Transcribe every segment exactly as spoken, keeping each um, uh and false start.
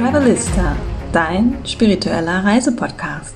Travelista, dein spiritueller Reisepodcast.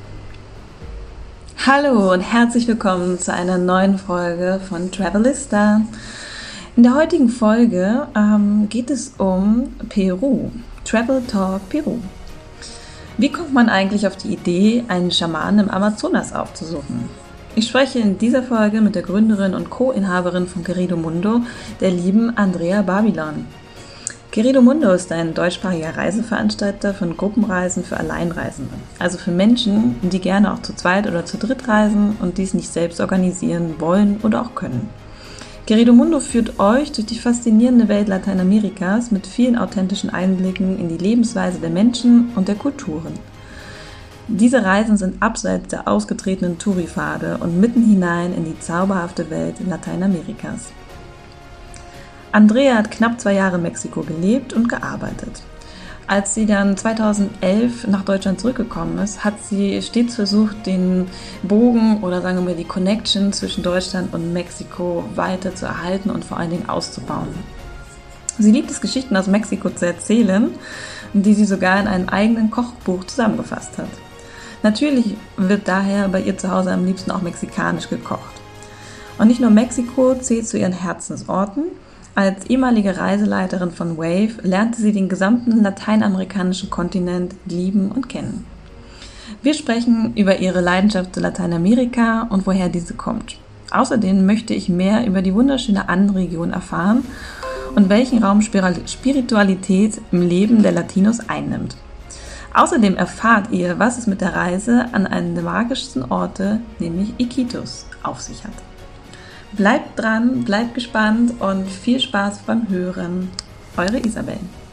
Hallo und herzlich willkommen zu einer neuen Folge von Travelista. In der heutigen Folge ähm, geht es um Peru, Travel Talk Peru. Wie kommt man eigentlich auf die Idee, einen Schamanen im Amazonas aufzusuchen? Ich spreche in dieser Folge mit der Gründerin und Co-Inhaberin von Querido Mundo, der lieben Andrea Babylon. Querido Mundo ist ein deutschsprachiger Reiseveranstalter von Gruppenreisen für Alleinreisende, also für Menschen, die gerne auch zu zweit oder zu dritt reisen und dies nicht selbst organisieren wollen oder auch können. Querido Mundo führt euch durch die faszinierende Welt Lateinamerikas mit vielen authentischen Einblicken in die Lebensweise der Menschen und der Kulturen. Diese Reisen sind abseits der ausgetretenen Touri-Pfade und mitten hinein in die zauberhafte Welt Lateinamerikas. Andrea hat knapp zwei Jahre in Mexiko gelebt und gearbeitet. Als sie dann zweitausendelf nach Deutschland zurückgekommen ist, hat sie stets versucht, den Bogen oder sagen wir mal die Connection zwischen Deutschland und Mexiko weiter zu erhalten und vor allen Dingen auszubauen. Sie liebt es, Geschichten aus Mexiko zu erzählen, die sie sogar in einem eigenen Kochbuch zusammengefasst hat. Natürlich wird daher bei ihr zu Hause am liebsten auch mexikanisch gekocht. Und nicht nur Mexiko zählt zu ihren Herzensorten. Als ehemalige Reiseleiterin von Wave lernte sie den gesamten lateinamerikanischen Kontinent lieben und kennen. Wir sprechen über ihre Leidenschaft zu Lateinamerika und woher diese kommt. Außerdem möchte ich mehr über die wunderschöne Andenregion erfahren und welchen Raum Spiritualität im Leben der Latinos einnimmt. Außerdem erfahrt ihr, was es mit der Reise an einen der magischsten Orte, nämlich Iquitos, auf sich hat. Bleibt dran, bleibt gespannt und viel Spaß beim Hören. Eure Isabel.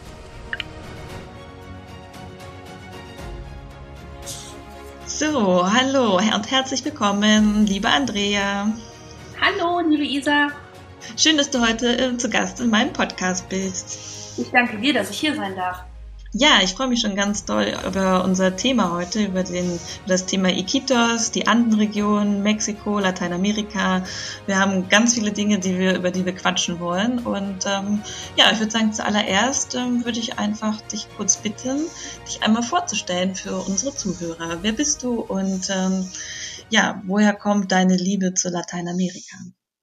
So, hallo und herzlich willkommen, liebe Andrea. Hallo, liebe Isa. Schön, dass du heute äh, zu Gast in meinem Podcast bist. Ich danke dir, dass ich hier sein darf. Ja, ich freue mich schon ganz doll über unser Thema heute, über, den, über das Thema Iquitos, die Andenregion, Mexiko, Lateinamerika. Wir haben ganz viele Dinge, die wir, über die wir quatschen wollen. Und ähm, ja, ich würde sagen, zuallererst ähm, würde ich einfach dich kurz bitten, dich einmal vorzustellen für unsere Zuhörer. Wer bist du und ähm, ja, woher kommt deine Liebe zu Lateinamerika?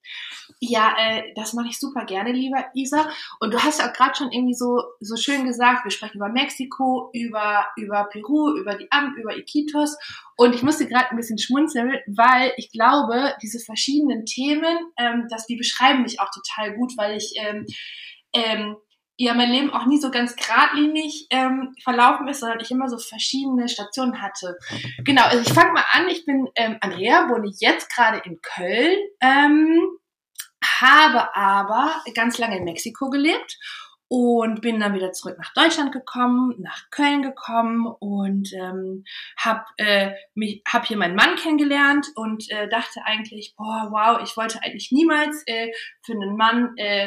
Ja, äh, das mache ich super gerne, lieber Isa. Und du hast ja auch gerade schon irgendwie so so schön gesagt, wir sprechen über Mexiko, über über Peru, über die Anden, über Iquitos. Und ich musste gerade ein bisschen schmunzeln, weil ich glaube, diese verschiedenen Themen, ähm, dass die beschreiben mich auch total gut, weil ich ähm, ähm, ja mein Leben auch nie so ganz geradlinig ähm, verlaufen ist, sondern ich immer so verschiedene Stationen hatte. Genau, also ich fange mal an. Ich bin ähm, Andrea, wohne jetzt gerade in Köln. Ähm, habe aber ganz lange in Mexiko gelebt und bin dann wieder zurück nach Deutschland gekommen, nach Köln gekommen und ähm, habe äh, mich hab hier meinen Mann kennengelernt und äh, dachte eigentlich, boah, wow, ich wollte eigentlich niemals äh, für einen Mann äh,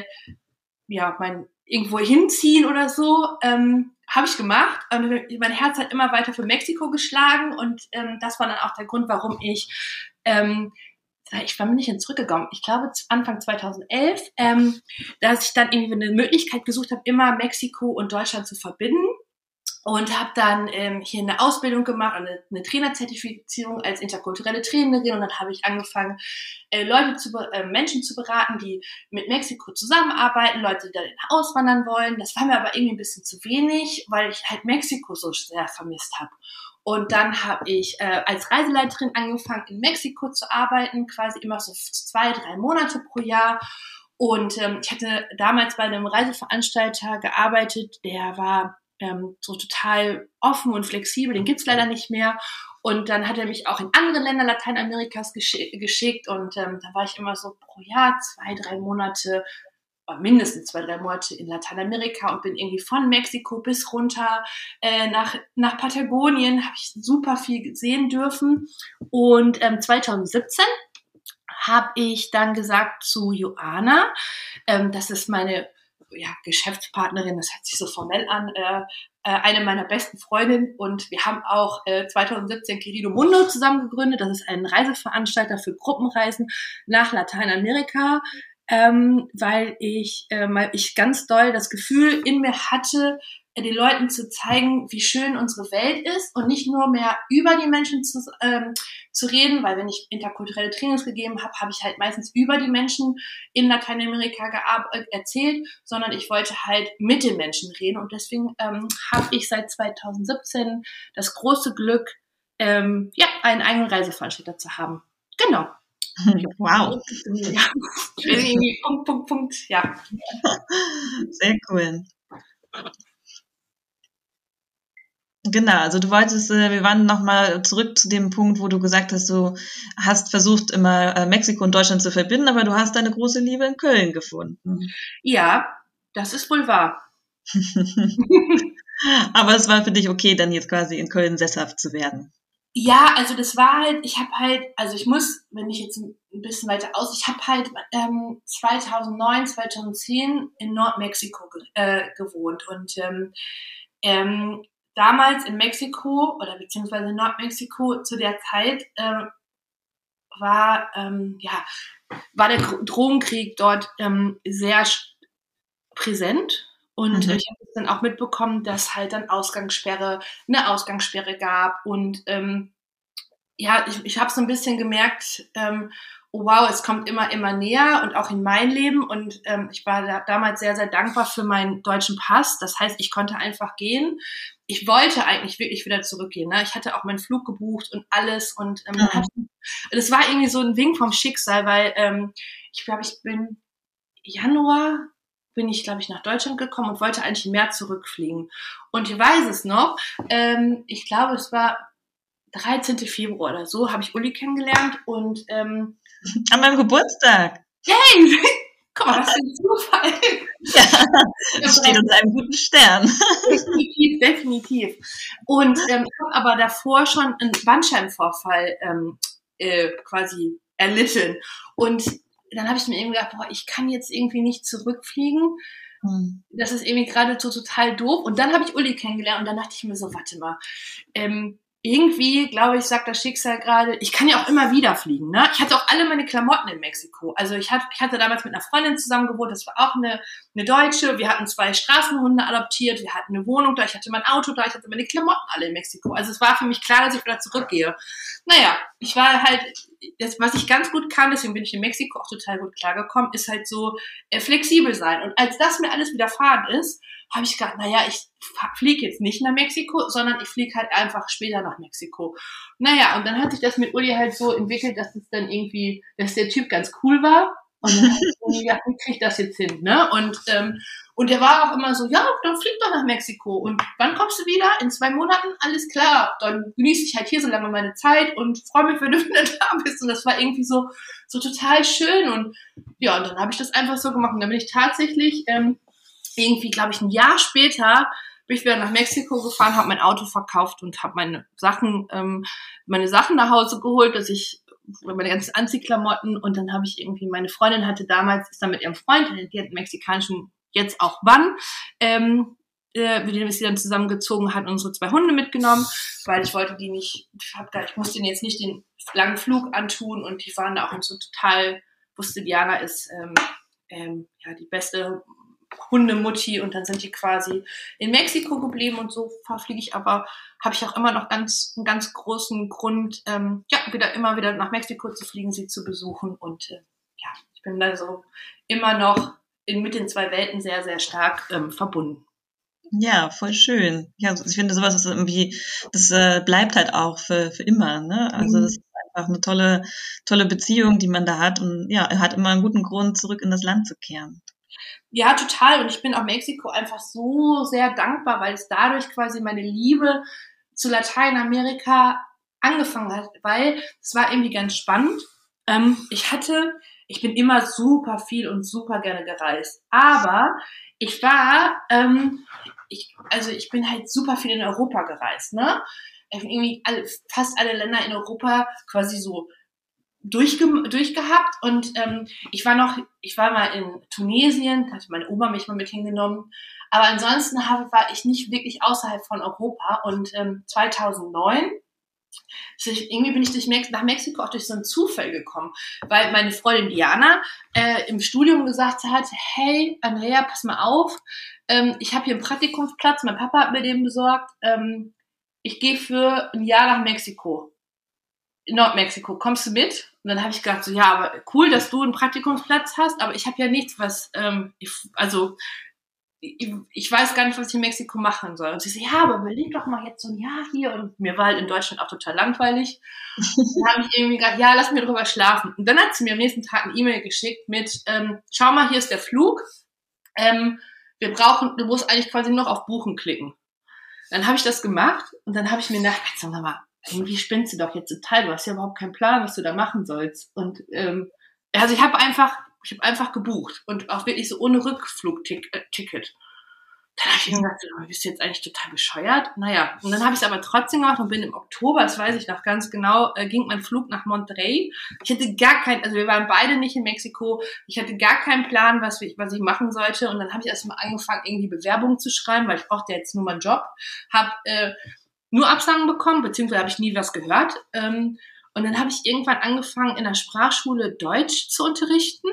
ja mein irgendwo hinziehen oder so. Ähm, habe ich gemacht und mein Herz hat immer weiter für Mexiko geschlagen und ähm, das war dann auch der Grund, warum ich ähm, ich war mir nicht hin zurückgekommen, ich glaube Anfang zweitausendelf, ähm, dass ich dann irgendwie eine Möglichkeit gesucht habe, immer Mexiko und Deutschland zu verbinden und habe dann ähm, hier eine Ausbildung gemacht, eine, eine Trainerzertifizierung als interkulturelle Trainerin und dann habe ich angefangen, äh, Leute zu, äh, Menschen zu beraten, die mit Mexiko zusammenarbeiten, Leute, die da auswandern wollen. Das war mir aber irgendwie ein bisschen zu wenig, weil ich halt Mexiko so sehr vermisst habe. Und dann habe ich äh, als Reiseleiterin angefangen, in Mexiko zu arbeiten, quasi immer so zwei, drei Monate pro Jahr. Und ähm, ich hatte damals bei einem Reiseveranstalter gearbeitet, der war ähm, so total offen und flexibel, den gibt's leider nicht mehr. Und dann hat er mich auch in andere Länder Lateinamerikas gesch- geschickt und ähm, da war ich immer so pro Jahr zwei, drei Monate mindestens zwei, drei Monate in Lateinamerika und bin irgendwie von Mexiko bis runter äh, nach nach Patagonien, habe ich super viel gesehen dürfen. Und ähm, zweitausendsiebzehn habe ich dann gesagt zu Joana, ähm, das ist meine ja, Geschäftspartnerin, das hört sich so formell an, äh, äh, eine meiner besten Freundinnen und wir haben auch äh, zweitausendsiebzehn Querido Mundo zusammen gegründet. Das ist ein Reiseveranstalter für Gruppenreisen nach Lateinamerika. ähm, weil ich, äh, weil ich ganz doll das Gefühl in mir hatte, den Leuten zu zeigen, wie schön unsere Welt ist und nicht nur mehr über die Menschen zu, ähm, zu reden, weil wenn ich interkulturelle Trainings gegeben habe, habe ich halt meistens über die Menschen in Lateinamerika gear- äh, erzählt, sondern ich wollte halt mit den Menschen reden und deswegen ähm, habe ich seit zwanzig siebzehn das große Glück, ähm, ja, einen eigenen Reiseveranstalter zu haben. Genau. Wow. Ja, irgendwie Punkt, Punkt, Punkt, ja. Sehr cool. Genau, also du wolltest, äh, wir waren nochmal zurück zu dem Punkt, wo du gesagt hast, du hast versucht, immer äh, Mexiko und Deutschland zu verbinden, aber du hast deine große Liebe in Köln gefunden. Ja, das ist wohl wahr. Aber es war für dich okay, dann jetzt quasi in Köln sesshaft zu werden. Ja, also das war halt, ich habe halt, also ich muss, wenn ich jetzt ein bisschen weiter aus, ich habe halt ähm, zweitausendneun, zweitausendzehn in Nordmexiko ge äh, gewohnt und ähm, ähm, damals in Mexiko oder beziehungsweise in Nordmexiko zu der Zeit ähm, war ähm, ja war der Drogenkrieg dort ähm, sehr präsent. Und Mhm. ich habe dann auch mitbekommen, dass halt dann Ausgangssperre, eine Ausgangssperre gab. Und ähm, ja, ich, ich habe so ein bisschen gemerkt, ähm, oh wow, es kommt immer, immer näher und auch in mein Leben. Und ähm, ich war da, damals sehr, sehr dankbar für meinen deutschen Pass. Das heißt, ich konnte einfach gehen. Ich wollte eigentlich wirklich wieder zurückgehen. Ne? Ich hatte auch meinen Flug gebucht und alles. Und ähm, Mhm. hatte, das war irgendwie so ein Wink vom Schicksal, weil ähm, ich glaube, ich bin Januar bin ich, glaube ich, nach Deutschland gekommen und wollte eigentlich im März zurückfliegen. Und ich weiß es noch, ähm, ich glaube, es war dreizehnten Februar oder so, habe ich Uli kennengelernt und ähm, An meinem Geburtstag. hey, guck mal, was für ein Zufall. Ja, das steht unter einem guten Stern. Definitiv, definitiv. Und ähm, ich habe aber davor schon einen Bandscheibenvorfall ähm, äh, quasi erlitten. Und dann habe ich mir eben gedacht, boah, ich kann jetzt irgendwie nicht zurückfliegen. Hm. Das ist irgendwie gerade so total doof. Und dann habe ich Uli kennengelernt und dann dachte ich mir so, warte mal, ähm, irgendwie, glaube ich, sagt das Schicksal gerade, ich kann ja auch immer wieder fliegen, ne? Ich hatte auch alle meine Klamotten in Mexiko. Also ich hatte, ich hatte damals mit einer Freundin zusammen gewohnt, das war auch eine, eine Deutsche. Wir hatten zwei Straßenhunde adoptiert, wir hatten eine Wohnung da, ich hatte mein Auto da, ich hatte meine Klamotten alle in Mexiko. Also es war für mich klar, dass ich wieder zurückgehe. Naja, ich war halt, das, was ich ganz gut kann, deswegen bin ich in Mexiko auch total gut klargekommen, ist halt so äh, flexibel sein. Und als das mir alles widerfahren ist, habe ich gedacht, naja, ich fliege jetzt nicht nach Mexiko, sondern ich fliege halt einfach später nach Mexiko. Naja, und dann hat sich das mit Uli halt so entwickelt, dass es dann irgendwie, dass der Typ ganz cool war. Und dann habe ich irgendwie gedacht, wie kriege ich das jetzt hin, ne? Und, ähm, und der war auch immer so, ja, dann flieg doch nach Mexiko. Und wann kommst du wieder? In zwei Monaten? Alles klar. Dann genieße ich halt hier so lange meine Zeit und freue mich, wenn du wieder da bist. Und das war irgendwie so, so total schön. Und ja, und dann habe ich das einfach so gemacht. Und dann bin ich tatsächlich, ähm, irgendwie, glaube ich, ein Jahr später bin ich wieder nach Mexiko gefahren, habe mein Auto verkauft und habe meine Sachen, ähm, meine Sachen nach Hause geholt, dass ich meine ganzen Anziehklamotten und dann habe ich irgendwie, meine Freundin hatte damals, ist dann mit ihrem Freund, die hat einen mexikanischen, jetzt auch Mann, ähm, äh, mit dem ist sie dann zusammengezogen, hat unsere zwei Hunde mitgenommen, weil ich wollte die nicht, ich, hab da, ich musste ihnen jetzt nicht den langen Flug antun und die waren da auch so total, wusste, Diana ist ähm, ähm, ja die beste Hundemutti und dann sind die quasi in Mexiko geblieben und so fliege ich aber, habe ich auch immer noch ganz einen ganz großen Grund, ähm, ja, wieder immer wieder nach Mexiko zu fliegen, sie zu besuchen und äh, ja, ich bin da so immer noch in, mit den zwei Welten sehr, sehr stark ähm, verbunden. Ja, voll schön. Ja, ich finde sowas ist irgendwie, das äh, bleibt halt auch für, für immer, ne? Also das ist einfach eine tolle, tolle Beziehung, die man da hat und ja, er hat immer einen guten Grund, zurück in das Land zu kehren. Ja, total. Und ich bin auch Mexiko einfach so sehr dankbar, weil es dadurch quasi meine Liebe zu Lateinamerika angefangen hat, weil es war irgendwie ganz spannend. Ähm, ich hatte, ich bin immer super viel und super gerne gereist, aber ich war, ähm, ich, also ich bin halt super viel in Europa gereist, ne? Ich bin irgendwie alle, fast alle Länder in Europa quasi so Durchge durchgehabt und ähm, ich war noch, ich war mal in Tunesien, da hatte meine Oma mich mal mit hingenommen, aber ansonsten habe, war ich nicht wirklich außerhalb von Europa und ähm, zweitausendneun ich, irgendwie bin ich durch Mex- nach Mexiko auch durch so einen Zufall gekommen, weil meine Freundin Diana äh, im Studium gesagt hat, hey, Andrea, pass mal auf, ähm, ich habe hier einen Praktikumsplatz, mein Papa hat mir den besorgt, ähm, ich gehe für ein Jahr nach Mexiko, in Nordmexiko, kommst du mit? Und dann habe ich gedacht, so, ja, aber cool, dass du einen Praktikumsplatz hast, aber ich habe ja nichts, was, ähm, ich, also ich, ich weiß gar nicht, was ich in Mexiko machen soll. Und sie so, ja, aber überleg doch mal jetzt so ein Jahr hier. Und mir war halt in Deutschland auch total langweilig. Dann habe ich irgendwie gedacht, ja, lass mir drüber schlafen. Und dann hat sie mir am nächsten Tag eine E-Mail geschickt mit, ähm, schau mal, hier ist der Flug. Ähm, wir brauchen, du musst eigentlich quasi noch auf Buchen klicken. Dann habe ich das gemacht und dann habe ich mir gedacht, sag mal, irgendwie spinnst du doch jetzt total. Du hast ja überhaupt keinen Plan, was du da machen sollst. Und ähm, also ich habe einfach Ich habe einfach gebucht und auch wirklich so ohne Rückflugticket. Dann habe ich mir gedacht, du bist jetzt eigentlich total bescheuert. Naja, und dann habe ich es aber trotzdem gemacht und bin im Oktober, das weiß ich noch ganz genau, äh, ging mein Flug nach Monterrey. Ich hatte gar keinen, also wir waren beide nicht in Mexiko. Ich hatte gar keinen Plan, was ich, was ich machen sollte. Und dann habe ich erstmal angefangen, irgendwie Bewerbungen zu schreiben, weil ich brauchte jetzt nur meinen Job. Habe äh, nur Absagen bekommen, beziehungsweise habe ich nie was gehört. Ähm, und dann habe ich irgendwann angefangen, in der Sprachschule Deutsch zu unterrichten,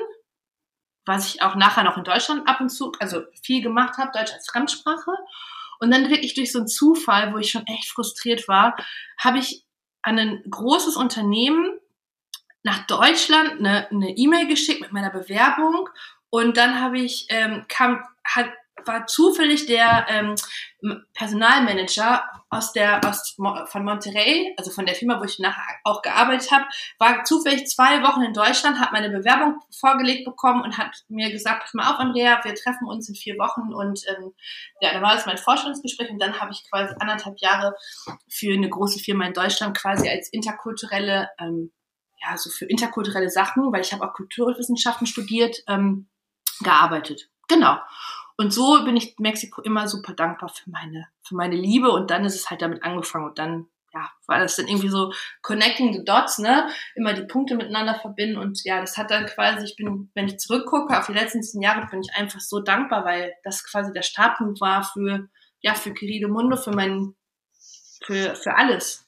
was ich auch nachher noch in Deutschland ab und zu, also viel gemacht habe, Deutsch als Fremdsprache. Und dann wirklich durch so einen Zufall, wo ich schon echt frustriert war, habe ich an ein großes Unternehmen nach Deutschland eine, eine E-Mail geschickt mit meiner Bewerbung. Und dann habe ich, ähm, kam, hat, war zufällig der ähm, Personalmanager aus der aus von Monterrey, also von der Firma, wo ich nachher auch gearbeitet habe, war zufällig zwei Wochen in Deutschland, hat meine Bewerbung vorgelegt bekommen und hat mir gesagt, pass mal auf, Andrea, wir treffen uns in vier Wochen und ähm, ja, da war das mein Vorstellungsgespräch und dann habe ich quasi anderthalb Jahre für eine große Firma in Deutschland quasi als interkulturelle, ähm, ja, so für interkulturelle Sachen, weil ich habe auch Kulturwissenschaften studiert, ähm, gearbeitet. Genau. Und so bin ich Mexiko immer super dankbar für meine, für meine Liebe und dann ist es halt damit angefangen und dann, ja, war das dann irgendwie so connecting the dots, ne, immer die Punkte miteinander verbinden und ja, das hat dann quasi, ich bin, wenn ich zurückgucke auf die letzten zehn Jahre, bin ich einfach so dankbar, weil das quasi der Startpunkt war für, ja, für Querido Mundo, für mein, für, für alles.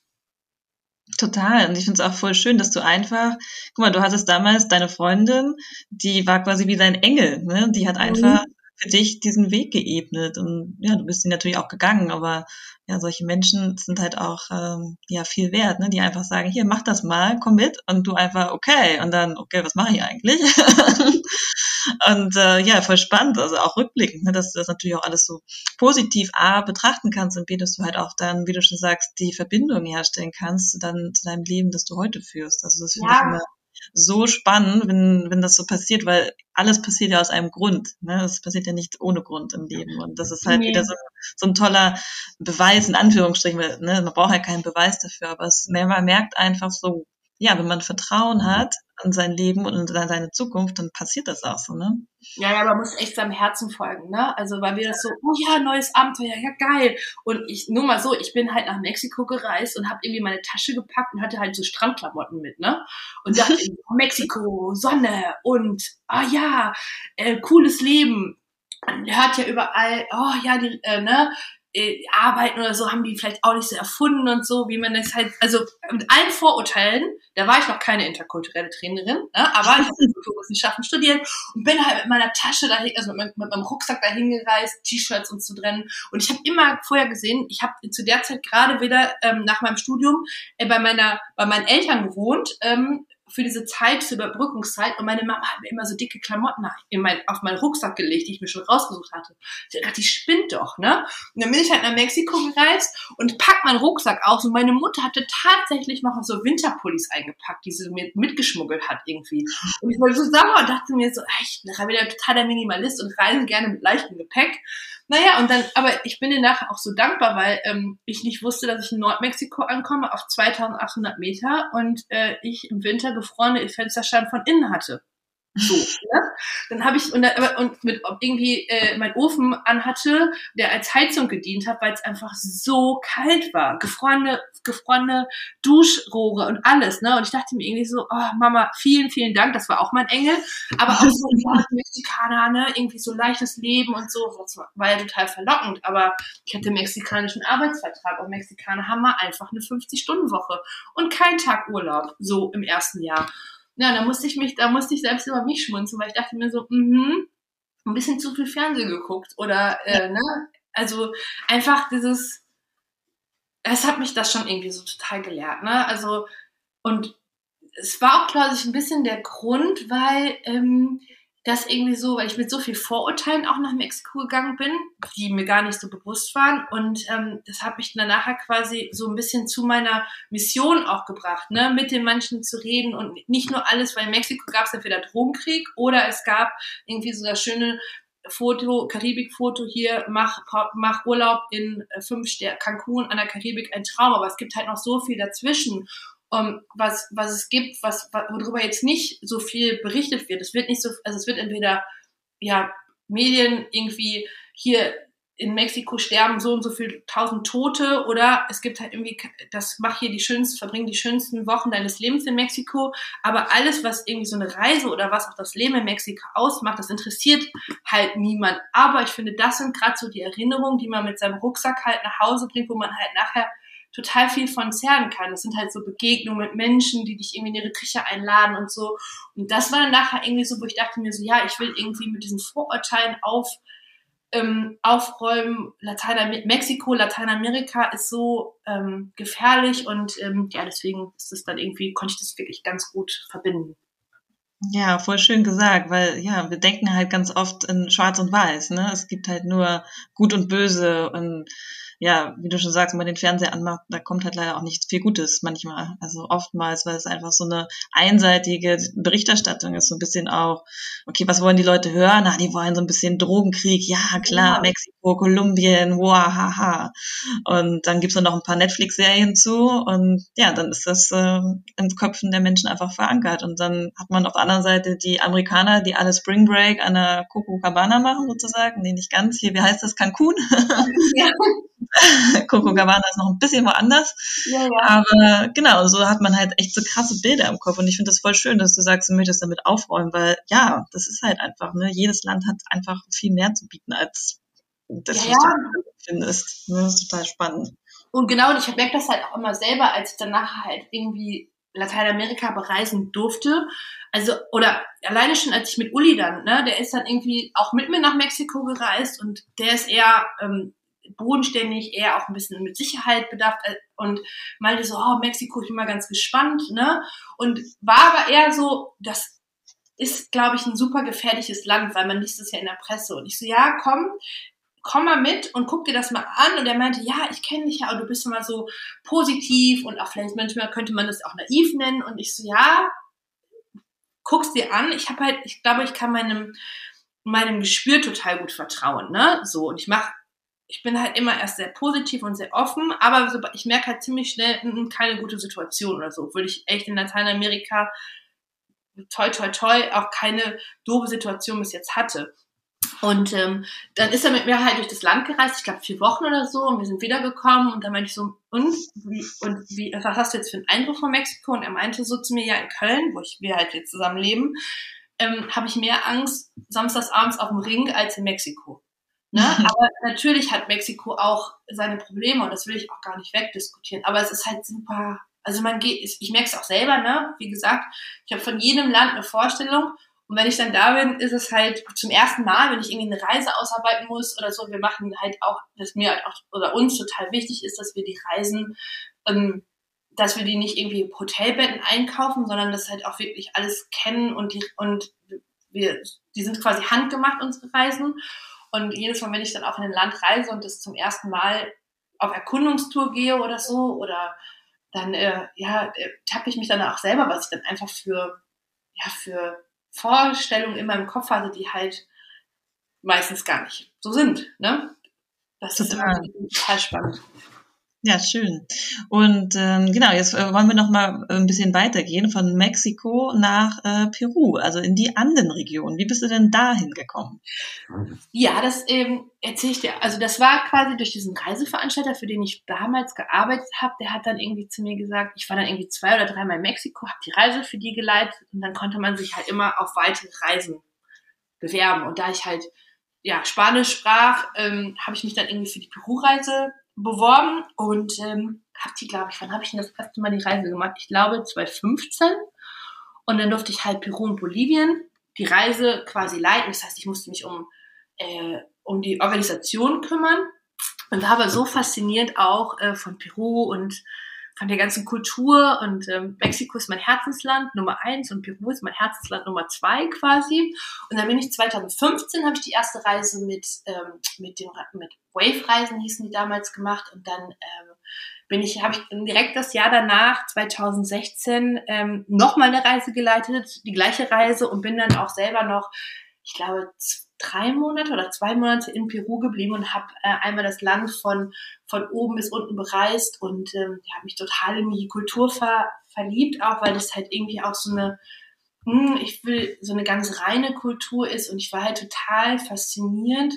Total. Und ich finde es auch voll schön, dass du einfach, guck mal, du hattest damals deine Freundin, die war quasi wie dein Engel, ne? Die hat einfach mhm. für dich diesen Weg geebnet und ja, du bist ihn natürlich auch gegangen, aber ja, solche Menschen sind halt auch ähm, ja viel wert, ne? Die einfach sagen, hier, mach das mal, komm mit und du einfach, okay, und dann, okay, was mache ich eigentlich? Und äh, ja, voll spannend, also auch rückblickend, ne, dass du das natürlich auch alles so positiv A betrachten kannst und B, dass du halt auch dann, wie du schon sagst, die Verbindung herstellen kannst zu, dann, zu deinem Leben, das du heute führst. Also das finde ja. ich immer so spannend, wenn wenn das so passiert, weil alles passiert ja aus einem Grund. Ne? Das passiert ja nicht ohne Grund im Leben. Und das ist halt nee. wieder so, so ein toller Beweis, in Anführungsstrichen. Weil, ne? Man braucht ja keinen Beweis dafür, aber es, man merkt einfach so, ja, wenn man Vertrauen hat an sein Leben und an seine Zukunft, dann passiert das auch so, ne? Ja, ja, man muss echt seinem Herzen folgen, ne? Also, weil wir das so, oh ja, neues Abenteuer, ja geil. Und ich, nur mal so, ich bin halt nach Mexiko gereist und habe irgendwie meine Tasche gepackt und hatte halt so Strandklamotten mit, ne? Und dachte, Mexiko, Sonne und, ah ja, äh, cooles Leben. Man hört ja überall, oh ja, die, äh, ne? Arbeiten oder so haben die vielleicht auch nicht so erfunden und so, wie man das halt, also mit allen Vorurteilen, da war ich noch keine interkulturelle Trainerin, ne, aber ich habe Kulturwissenschaften studiert und bin halt mit meiner Tasche dahin, also mit, mit meinem Rucksack dahin gereist, T-Shirts und so drin und ich habe immer vorher gesehen, ich habe zu der Zeit gerade wieder ähm, nach meinem Studium äh, bei meiner, bei meinen Eltern gewohnt, ähm, für diese Zeit, zur Überbrückungszeit und meine Mama hat mir immer so dicke Klamotten in mein, auf meinen Rucksack gelegt, die ich mir schon rausgesucht hatte. Ich dachte, die spinnt doch, ne? Und dann bin ich halt nach Mexiko gereist und pack meinen Rucksack aus und meine Mutter hatte tatsächlich noch so Winterpullis eingepackt, die sie mir mitgeschmuggelt hat irgendwie. Und ich war so sauer und dachte mir so, ich bin ja total der Minimalist und reise gerne mit leichtem Gepäck. Naja, und dann, aber ich bin dir nachher auch so dankbar, weil ähm, ich nicht wusste, dass ich in Nordmexiko ankomme auf zweitausendachthundert Meter und äh, ich im Winter gefrorene Fensterscheiben von innen hatte. So, ne? Dann habe ich und, dann, und mit irgendwie äh, mein Ofen anhatte, der als Heizung gedient hat, weil es einfach so kalt war. Gefrorene tiefgefrorene Duschrohre und alles, ne? Und ich dachte mir irgendwie so, oh Mama, vielen, vielen Dank, das war auch mein Engel. Aber auch so, ja, Mexikaner, ne? Irgendwie so leichtes Leben und so, das war, war ja total verlockend. Aber ich hatte einen mexikanischen Arbeitsvertrag und Mexikaner haben mal einfach eine fünfzig-Stunden-Woche und keinen Tag Urlaub, so im ersten Jahr. Ja, da musste ich mich, da musste ich selbst über mich schmunzeln, weil ich dachte mir so, mhm, ein bisschen zu viel Fernsehen geguckt oder, äh, ne? Also einfach dieses, es hat mich das schon irgendwie so total gelehrt, ne? Also, und es war auch, glaube ich, ein bisschen der Grund, weil ähm, das irgendwie so, weil ich mit so viel Vorurteilen auch nach Mexiko gegangen bin, die mir gar nicht so bewusst waren. Und ähm, das hat mich dann nachher quasi so ein bisschen zu meiner Mission auch gebracht, ne, mit den Menschen zu reden und nicht nur alles, weil in Mexiko gab es entweder Drogenkrieg oder es gab irgendwie so das schöne Foto, Karibik-Foto hier, mach, mach Urlaub in fünf Sterne, Cancun an der Karibik, ein Traum, aber es gibt halt noch so viel dazwischen, um, was, was es gibt, was, worüber jetzt nicht so viel berichtet wird. Es wird nicht so, also es wird entweder, ja, Medien irgendwie hier in Mexiko sterben so und so viel tausend Tote oder es gibt halt irgendwie, das mach hier die schönsten, verbring die schönsten Wochen deines Lebens in Mexiko, aber alles, was irgendwie so eine Reise oder was auch das Leben in Mexiko ausmacht, das interessiert halt niemand. Aber ich finde, das sind gerade so die Erinnerungen, die man mit seinem Rucksack halt nach Hause bringt, wo man halt nachher total viel von zehren kann. Das sind halt so Begegnungen mit Menschen, die dich irgendwie in ihre Küche einladen und so. Und das war dann nachher irgendwie so, wo ich dachte mir so, ja, ich will irgendwie mit diesen Vorurteilen auf Ähm, aufräumen. Lateinamer- Mexiko, Lateinamerika ist so ähm, gefährlich und ähm, ja, deswegen ist es dann irgendwie, konnte ich das wirklich ganz gut verbinden. Ja, voll schön gesagt, weil ja, wir denken halt ganz oft in Schwarz und Weiß, ne? Es gibt halt nur Gut und Böse und ja, wie du schon sagst, wenn man den Fernseher anmacht, da kommt halt leider auch nicht viel Gutes manchmal. Also oftmals, weil es einfach so eine einseitige Berichterstattung ist, so ein bisschen auch, okay, was wollen die Leute hören? Na, die wollen so ein bisschen Drogenkrieg, ja klar, Ja. Mexiko, Kolumbien, wow, haha. Und dann gibt's da noch ein paar Netflix-Serien zu und ja, dann ist das äh, in Köpfen der Menschen einfach verankert. Und dann hat man auf der anderen Seite die Amerikaner, die alle Spring Break an der Copacabana machen sozusagen. Nee, nicht ganz. Hier, wie heißt das? Cancun? Ja. Copacabana ist noch ein bisschen woanders. Ja, ja. Aber genau, so hat man halt echt so krasse Bilder im Kopf. Und ich finde das voll schön, dass du sagst, du möchtest damit aufräumen, weil ja, das ist halt einfach, ne? Jedes Land hat einfach viel mehr zu bieten, als das, Ja, was du ja. findest. Das ist total spannend. Und genau, und ich merke das halt auch immer selber, als ich danach halt irgendwie Lateinamerika bereisen durfte. Also, oder alleine schon, als ich mit Uli dann, ne, der ist dann irgendwie auch mit mir nach Mexiko gereist und der ist eher ähm, bodenständig, eher auch ein bisschen mit Sicherheit bedacht und meinte so, oh, Mexiko, ich bin mal ganz gespannt, ne? Und war aber eher so, das ist, glaube ich, ein super gefährliches Land, weil man liest es ja in der Presse. Und ich so, ja, komm, komm mal mit und guck dir das mal an. Und er meinte, ja, ich kenne dich ja, und du bist immer so positiv und auch vielleicht manchmal könnte man das auch naiv nennen. Und ich so, ja, guck's dir an. Ich habe halt, ich glaube, ich kann meinem, meinem Gespür total gut vertrauen, ne? So, und ich mache, ich bin halt immer erst sehr positiv und sehr offen, aber so, ich merke halt ziemlich schnell, mh, keine gute Situation oder so, obwohl ich echt in Lateinamerika toi, toi, toi auch keine doofe Situation bis jetzt hatte. Und ähm, dann ist er mit mir halt durch das Land gereist, ich glaube vier Wochen oder so, und wir sind wiedergekommen und dann meinte ich so, und wie, und wie, was hast du jetzt für einen Eindruck von Mexiko? Und er meinte so zu mir, ja, in Köln, wo ich, wir halt jetzt zusammen leben, ähm, habe ich mehr Angst samstagsabends auf dem Ring als in Mexiko. Ne? Aber natürlich hat Mexiko auch seine Probleme und das will ich auch gar nicht wegdiskutieren. Aber es ist halt super, also man geht, ich merke es auch selber, ne? Wie gesagt, ich habe von jedem Land eine Vorstellung. Und wenn ich dann da bin, ist es halt zum ersten Mal, wenn ich irgendwie eine Reise ausarbeiten muss oder so, wir machen halt auch, dass mir halt auch, oder uns total wichtig ist, dass wir die Reisen, ähm, dass wir die nicht irgendwie Hotelbetten einkaufen, sondern das halt auch wirklich alles kennen und die, und wir, die sind quasi handgemacht, unsere Reisen. Und jedes Mal, wenn ich dann auch in ein Land reise und das zum ersten Mal auf Erkundungstour gehe oder so, oder dann, äh, ja, äh, tappe ich mich dann auch selber, was ich dann einfach für, ja, für Vorstellungen in meinem Kopf hatte, die halt meistens gar nicht so sind, ne? Das ist Total. total spannend. Ja, schön. Und ähm, genau, jetzt äh, wollen wir noch mal ein bisschen weitergehen von Mexiko nach äh, Peru, also in die Andenregion. Wie bist du denn dahin gekommen? Ja, das ähm, erzähle ich dir. Also das war quasi durch diesen Reiseveranstalter, für den ich damals gearbeitet habe. Der hat dann irgendwie zu mir gesagt, ich war dann irgendwie zwei oder dreimal in Mexiko, habe die Reise für die geleitet und dann konnte man sich halt immer auf weitere Reisen bewerben. Und da ich halt ja Spanisch sprach, ähm, habe ich mich dann irgendwie für die Peru-Reise beworben und ähm, habe die, glaube ich, wann habe ich denn das erste Mal die Reise gemacht? Ich glaube zwanzig fünfzehn. Und dann durfte ich halt Peru und Bolivien die Reise quasi leiten. Das heißt, ich musste mich um, äh, um die Organisation kümmern und war aber so fasziniert auch äh, von Peru und von der ganzen Kultur. Und ähm, Mexiko ist mein Herzensland Nummer eins und Peru ist mein Herzensland Nummer zwei quasi. Und dann bin ich zwanzig fünfzehn, habe ich die erste Reise mit, ähm, mit, dem, mit Wave-Reisen, hießen die damals, gemacht. Und dann ähm, bin ich, habe ich direkt das Jahr danach, zwanzig sechzehn, ähm, nochmal eine Reise geleitet, die gleiche Reise, und bin dann auch selber noch, ich glaube, drei Monate oder zwei Monate in Peru geblieben und habe äh, einmal das Land von von oben bis unten bereist und ähm, ja, habe mich total in die Kultur ver, verliebt, auch weil das halt irgendwie auch so eine, mh, ich will, so eine ganz reine Kultur ist, und ich war halt total fasziniert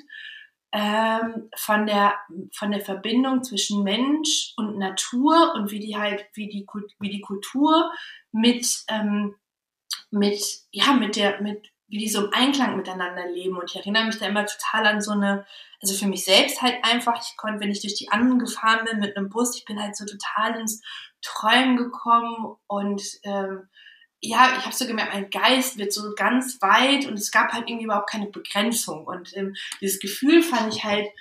ähm, von der von der Verbindung zwischen Mensch und Natur und wie die halt wie die wie die Kultur mit ähm, mit ja mit der mit wie die so im Einklang miteinander leben. Und ich erinnere mich da immer total an so eine, also für mich selbst halt einfach, ich konnte, wenn ich durch die Anden gefahren bin mit einem Bus, ich bin halt so total ins Träumen gekommen und ähm, ja, ich habe so gemerkt, mein Geist wird so ganz weit und es gab halt irgendwie überhaupt keine Begrenzung. Und ähm, dieses Gefühl fand ich halt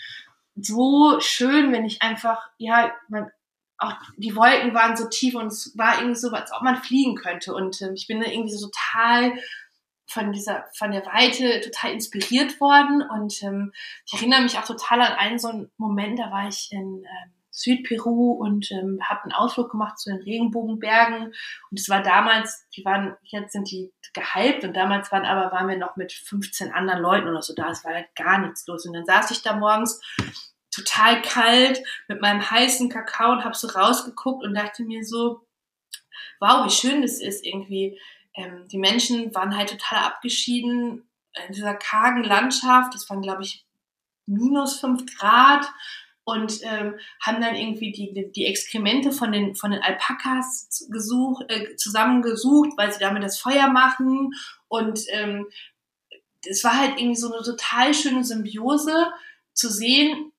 so schön, wenn ich einfach, ja, man, auch die Wolken waren so tief und es war irgendwie so, als ob man fliegen könnte. Und ähm, ich bin da irgendwie so total von dieser, von der Weite total inspiriert worden. Und ähm, ich erinnere mich auch total an einen so einen Moment, da war ich in ähm, Südperu und ähm, habe einen Ausflug gemacht zu den Regenbogenbergen. Und es war damals, die waren, jetzt sind die gehypt, und damals waren aber, waren wir noch mit fünfzehn anderen Leuten oder so da. Es war halt gar nichts los. Und dann saß ich da morgens total kalt mit meinem heißen Kakao und habe so rausgeguckt und dachte mir so, wow, wie schön das ist irgendwie. Ähm, die Menschen waren halt total abgeschieden in dieser kargen Landschaft. Das waren, glaube ich, minus fünf Grad. Und ähm, haben dann irgendwie die, die Exkremente von den, von den Alpakas gesucht, äh, zusammengesucht, weil sie damit das Feuer machen. Und ähm, es war halt irgendwie so eine total schöne Symbiose zu sehen,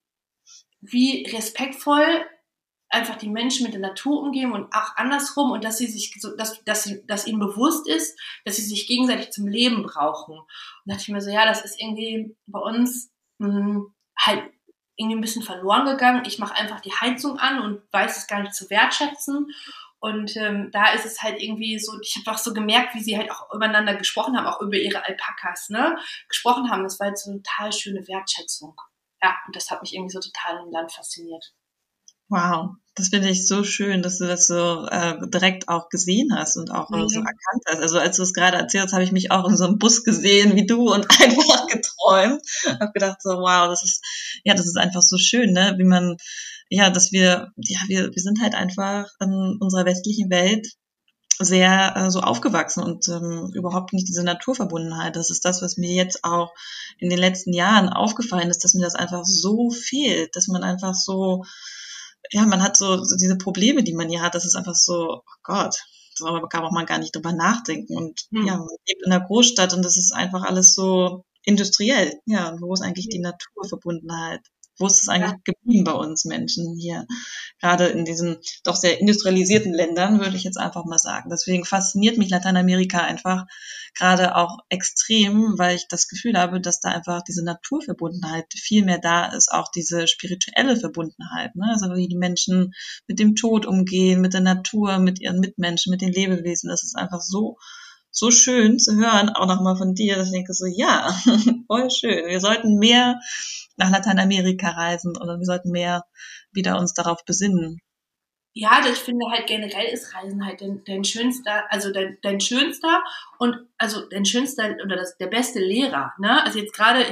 wie respektvoll einfach die Menschen mit der Natur umgehen und auch andersrum, und dass sie sich so, dass, dass, sie, dass ihnen bewusst ist, dass sie sich gegenseitig zum Leben brauchen. Und da dachte ich mir so, ja, das ist irgendwie bei uns mh, halt irgendwie ein bisschen verloren gegangen. Ich mache einfach die Heizung an und weiß es gar nicht zu wertschätzen. Und ähm, da ist es halt irgendwie so, ich habe auch so gemerkt, wie sie halt auch übereinander gesprochen haben, auch über ihre Alpakas, ne, gesprochen haben. Das war halt so eine total schöne Wertschätzung. Ja, und das hat mich irgendwie so total im Land fasziniert. Wow, das finde ich so schön, dass du das so äh, direkt auch gesehen hast und auch mhm. so erkannt hast. Also als du es gerade erzählt hast, habe ich mich auch in so einem Bus gesehen wie du und einfach geträumt. Habe gedacht so, wow, das ist ja, das ist einfach so schön, ne, wie man, ja, dass wir, ja, wir, wir sind halt einfach in unserer westlichen Welt sehr äh, so aufgewachsen und ähm, überhaupt nicht diese Naturverbundenheit. Das ist das, was mir jetzt auch in den letzten Jahren aufgefallen ist, dass mir das einfach so fehlt, dass man einfach so, ja, man hat so, so diese Probleme, die man hier hat, das ist einfach so, oh Gott, darüber kann auch man gar nicht drüber nachdenken. Und hm. ja, man lebt in der Großstadt und das ist einfach alles so industriell. Ja, wo ist eigentlich die Naturverbundenheit? Wo ist es eigentlich ja. geblieben bei uns Menschen hier? Gerade in diesen doch sehr industrialisierten Ländern, würde ich jetzt einfach mal sagen. Deswegen fasziniert mich Lateinamerika einfach gerade auch extrem, weil ich das Gefühl habe, dass da einfach diese Naturverbundenheit viel mehr da ist, auch diese spirituelle Verbundenheit, ne? Also wie die Menschen mit dem Tod umgehen, mit der Natur, mit ihren Mitmenschen, mit den Lebewesen. Das ist einfach so so schön zu hören, auch nochmal von dir, dass ich denke so, ja, voll schön. Wir sollten mehr nach Lateinamerika reisen oder wir sollten mehr wieder uns darauf besinnen. Ja, ich finde halt generell ist Reisen halt dein, dein schönster, also dein, dein schönster und also dein schönster oder das, der beste Lehrer, ne? Also jetzt gerade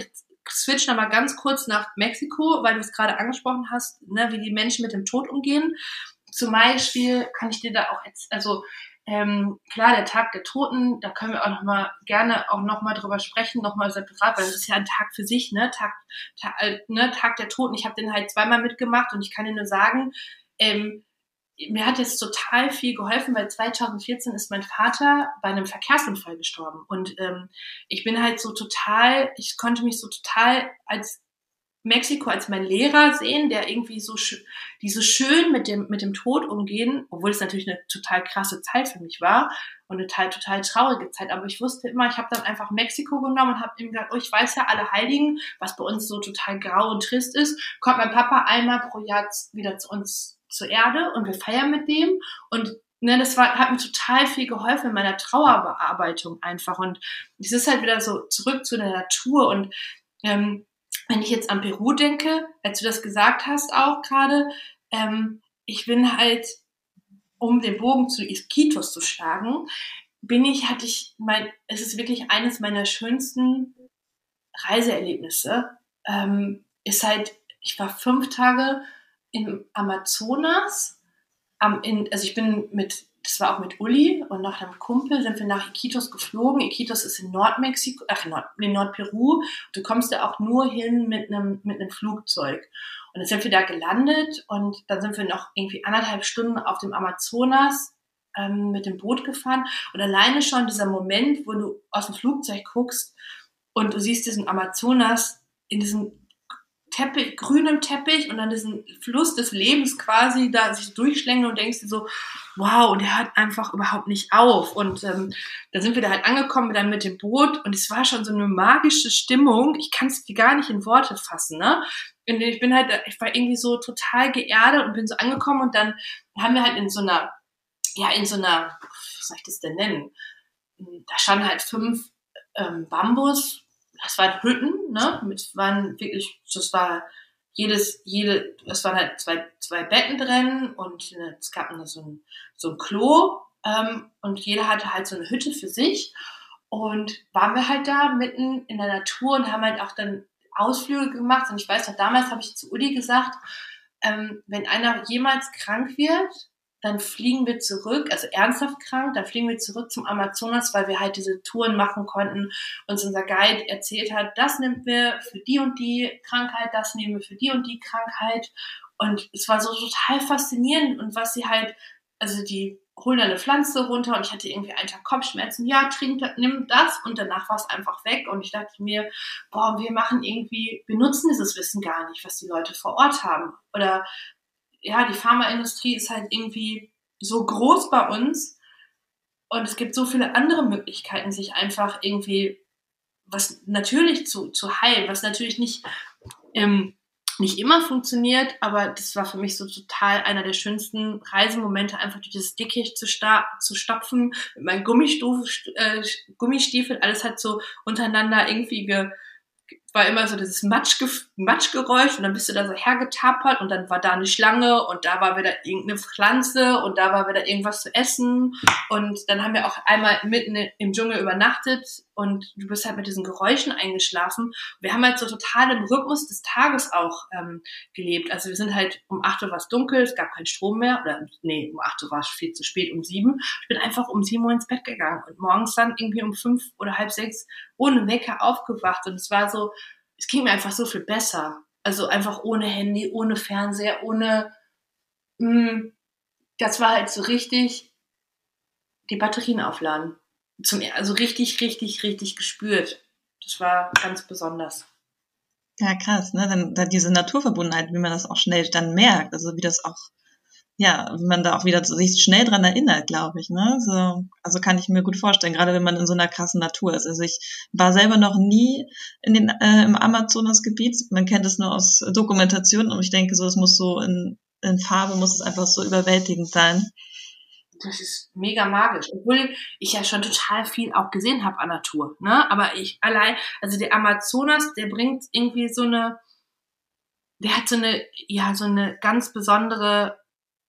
switch nochmal ganz kurz nach Mexiko, weil du es gerade angesprochen hast, ne, wie die Menschen mit dem Tod umgehen. Zum Beispiel kann ich dir da auch jetzt, also ähm, klar, der Tag der Toten, da können wir auch noch mal gerne auch noch mal drüber sprechen, noch mal separat, weil das ist ja ein Tag für sich, ne, Tag, Tag, äh, ne, Tag der Toten. Ich habe den halt zweimal mitgemacht und ich kann dir nur sagen, ähm, mir hat jetzt total viel geholfen, weil zwanzig vierzehn ist mein Vater bei einem Verkehrsunfall gestorben und ähm, ich bin halt so total, ich konnte mich so total als Mexiko als mein Lehrer sehen, der irgendwie so, sch- die so schön mit dem, mit dem Tod umgehen, obwohl es natürlich eine total krasse Zeit für mich war und eine total, total traurige Zeit. Aber ich wusste immer, ich habe dann einfach Mexiko genommen und habe ihm gesagt, oh, ich weiß ja, alle Heiligen, was bei uns so total grau und trist ist, kommt mein Papa einmal pro Jahr wieder zu uns zur Erde und wir feiern mit dem. Und ne, das war, hat mir total viel geholfen in meiner Trauerbearbeitung einfach. Und es ist halt wieder so zurück zu der Natur und ähm, wenn ich jetzt an Peru denke, als du das gesagt hast auch gerade, ähm, ich bin halt, um den Bogen zu Iquitos zu schlagen, bin ich, hatte ich mein, es ist wirklich eines meiner schönsten Reiseerlebnisse, ähm, ist halt, ich war fünf Tage im Amazonas, am, in, also ich bin mit, das war auch mit Uli und noch einem Kumpel, sind wir nach Iquitos geflogen. Iquitos ist in Nordmexiko, ach, Nord, in Nordperu. Du kommst da auch nur hin mit einem, mit einem Flugzeug. Und dann sind wir da gelandet und dann sind wir noch irgendwie anderthalb Stunden auf dem Amazonas ähm, mit dem Boot gefahren. Und alleine schon dieser Moment, wo du aus dem Flugzeug guckst und du siehst diesen Amazonas in diesem Teppich, grünem Teppich und dann diesen Fluss des Lebens quasi da sich durchschlängeln und denkst dir so, wow, und der hört einfach überhaupt nicht auf. Und ähm, da sind wir da halt angekommen dann mit dem Boot und es war schon so eine magische Stimmung. Ich kann es dir gar nicht in Worte fassen, ne? Und ich bin halt, ich war irgendwie so total geerdet und bin so angekommen und dann haben wir halt in so einer, ja, in so einer, wie soll ich das denn nennen? Da standen halt fünf ähm, Bambus, das waren Hütten, ne, mit, waren wirklich, das war jedes, jede, es waren halt zwei, zwei Betten drin und äh, es gab noch so ein, so ein Klo, ähm, und jeder hatte halt so eine Hütte für sich und waren wir halt da mitten in der Natur und haben halt auch dann Ausflüge gemacht und ich weiß noch, damals habe ich zu Uli gesagt, ähm, wenn einer jemals krank wird, dann fliegen wir zurück, also ernsthaft krank, dann fliegen wir zurück zum Amazonas, weil wir halt diese Touren machen konnten. Uns unser Guide erzählt hat, das nehmen wir für die und die Krankheit, das nehmen wir für die und die Krankheit. Und es war so total faszinierend und was sie halt, also die holen eine Pflanze runter und ich hatte irgendwie einen Tag Kopfschmerzen, ja, trink, nimm das und danach war es einfach weg und ich dachte mir, boah, wir machen irgendwie, wir nutzen dieses Wissen gar nicht, was die Leute vor Ort haben oder ja, die Pharmaindustrie ist halt irgendwie so groß bei uns und es gibt so viele andere Möglichkeiten, sich einfach irgendwie was natürlich zu, zu heilen, was natürlich nicht, ähm, nicht immer funktioniert, aber das war für mich so total einer der schönsten Reisemomente, einfach durch das Dickicht zu, sta- zu stapfen, mit meinen Gummistiefel, äh, Gummistiefel, alles hat so untereinander irgendwie ge war immer so dieses Matsch, Matschgeräusch und dann bist du da so hergetapert und dann war da eine Schlange und da war wieder irgendeine Pflanze und da war wieder irgendwas zu essen und dann haben wir auch einmal mitten im Dschungel übernachtet und du bist halt mit diesen Geräuschen eingeschlafen. Wir haben halt so total im Rhythmus des Tages auch ähm, gelebt. Also wir sind halt, um acht Uhr war es dunkel, es gab keinen Strom mehr oder nee, um acht Uhr war es viel zu spät, um sieben. Ich bin einfach um sieben Uhr ins Bett gegangen und morgens dann irgendwie um fünf oder halb sechs ohne Wecker aufgewacht und es war so, es ging mir einfach so viel besser. Also einfach ohne Handy, ohne Fernseher, ohne, mh, das war halt so richtig die Batterien aufladen. Zum, also richtig, richtig, richtig gespürt. Das war ganz besonders. Ja, krass, ne? Dann, dann diese Naturverbundenheit, wie man das auch schnell dann merkt, also wie das auch, ja, wie man da auch wieder sich schnell dran erinnert, glaube ich, ne? So, also kann ich mir gut vorstellen, gerade wenn man in so einer krassen Natur ist. Also ich war selber noch nie in den äh, im Amazonasgebiet. Man kennt es nur aus Dokumentationen und ich denke so, es muss so in, in Farbe muss es einfach so überwältigend sein. Das ist mega magisch, obwohl ich ja schon total viel auch gesehen habe an Natur, ne? Aber ich allein, also der Amazonas, der bringt irgendwie so eine, der hat so eine, ja, so eine ganz besondere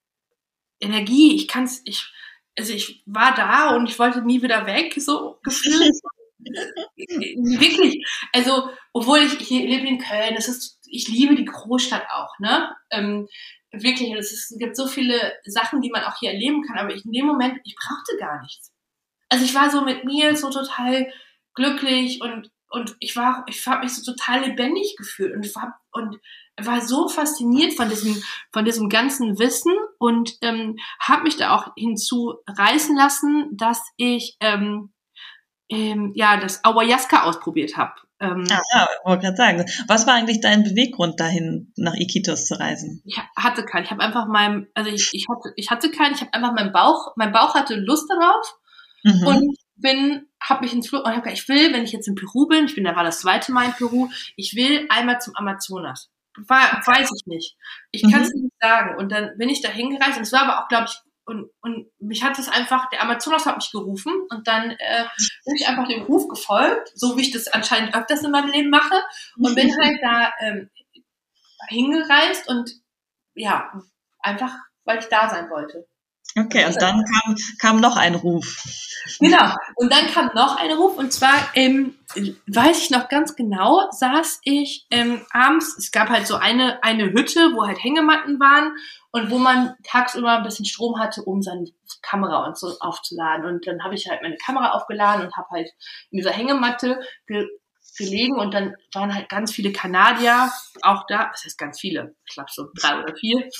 Energie. Ich kann's, ich, also ich war da und ich wollte nie wieder weg, so gefühlt. wirklich, also, obwohl ich, ich lebe in Köln, das ist, ich liebe die Großstadt auch, ne? Ähm, wirklich, es, ist, es gibt so viele Sachen, die man auch hier erleben kann, aber ich, in dem Moment, ich brauchte gar nichts. Also ich war so mit mir so total glücklich und, und ich war, ich habe mich so total lebendig gefühlt und war, und war so fasziniert von diesem, von diesem ganzen Wissen und ähm, habe mich da auch hinzureißen lassen, dass ich ähm, ähm, ja das Ayahuasca ausprobiert habe. Ähm, Ah, ja, ich wollte gerade sagen, was war eigentlich dein Beweggrund dahin, nach Iquitos zu reisen? Ich hatte keinen. Ich habe einfach meinem, also ich, ich hatte, ich hatte keinen. Ich habe einfach meinen Bauch, mein Bauch hatte Lust darauf Mhm. und bin, habe mich ins Flug und habe gesagt, ich will, wenn ich jetzt in Peru bin, ich bin, da war das zweite Mal in Peru, ich will einmal zum Amazonas. War, weiß ich nicht. Ich kann es Mhm. nicht sagen. Und dann bin ich da hingereist und es war aber auch, glaube ich, und, und mich hat es einfach, der Amazonas hat mich gerufen und dann äh, bin ich einfach dem Ruf gefolgt, so wie ich das anscheinend öfters in meinem Leben mache und bin halt da ähm, hingereist und ja, einfach, weil ich da sein wollte. Okay, und dann kam, kam noch ein Ruf. Genau, und dann kam noch ein Ruf und zwar, ähm, weiß ich noch ganz genau, saß ich ähm, abends, es gab halt so eine, eine Hütte, wo halt Hängematten waren und wo man tagsüber ein bisschen Strom hatte, um seine Kamera und so aufzuladen. Und dann habe ich halt meine Kamera aufgeladen und habe halt in dieser Hängematte ge- gelegen und dann waren halt ganz viele Kanadier auch da. Das heißt ganz viele, ich glaube so drei oder vier.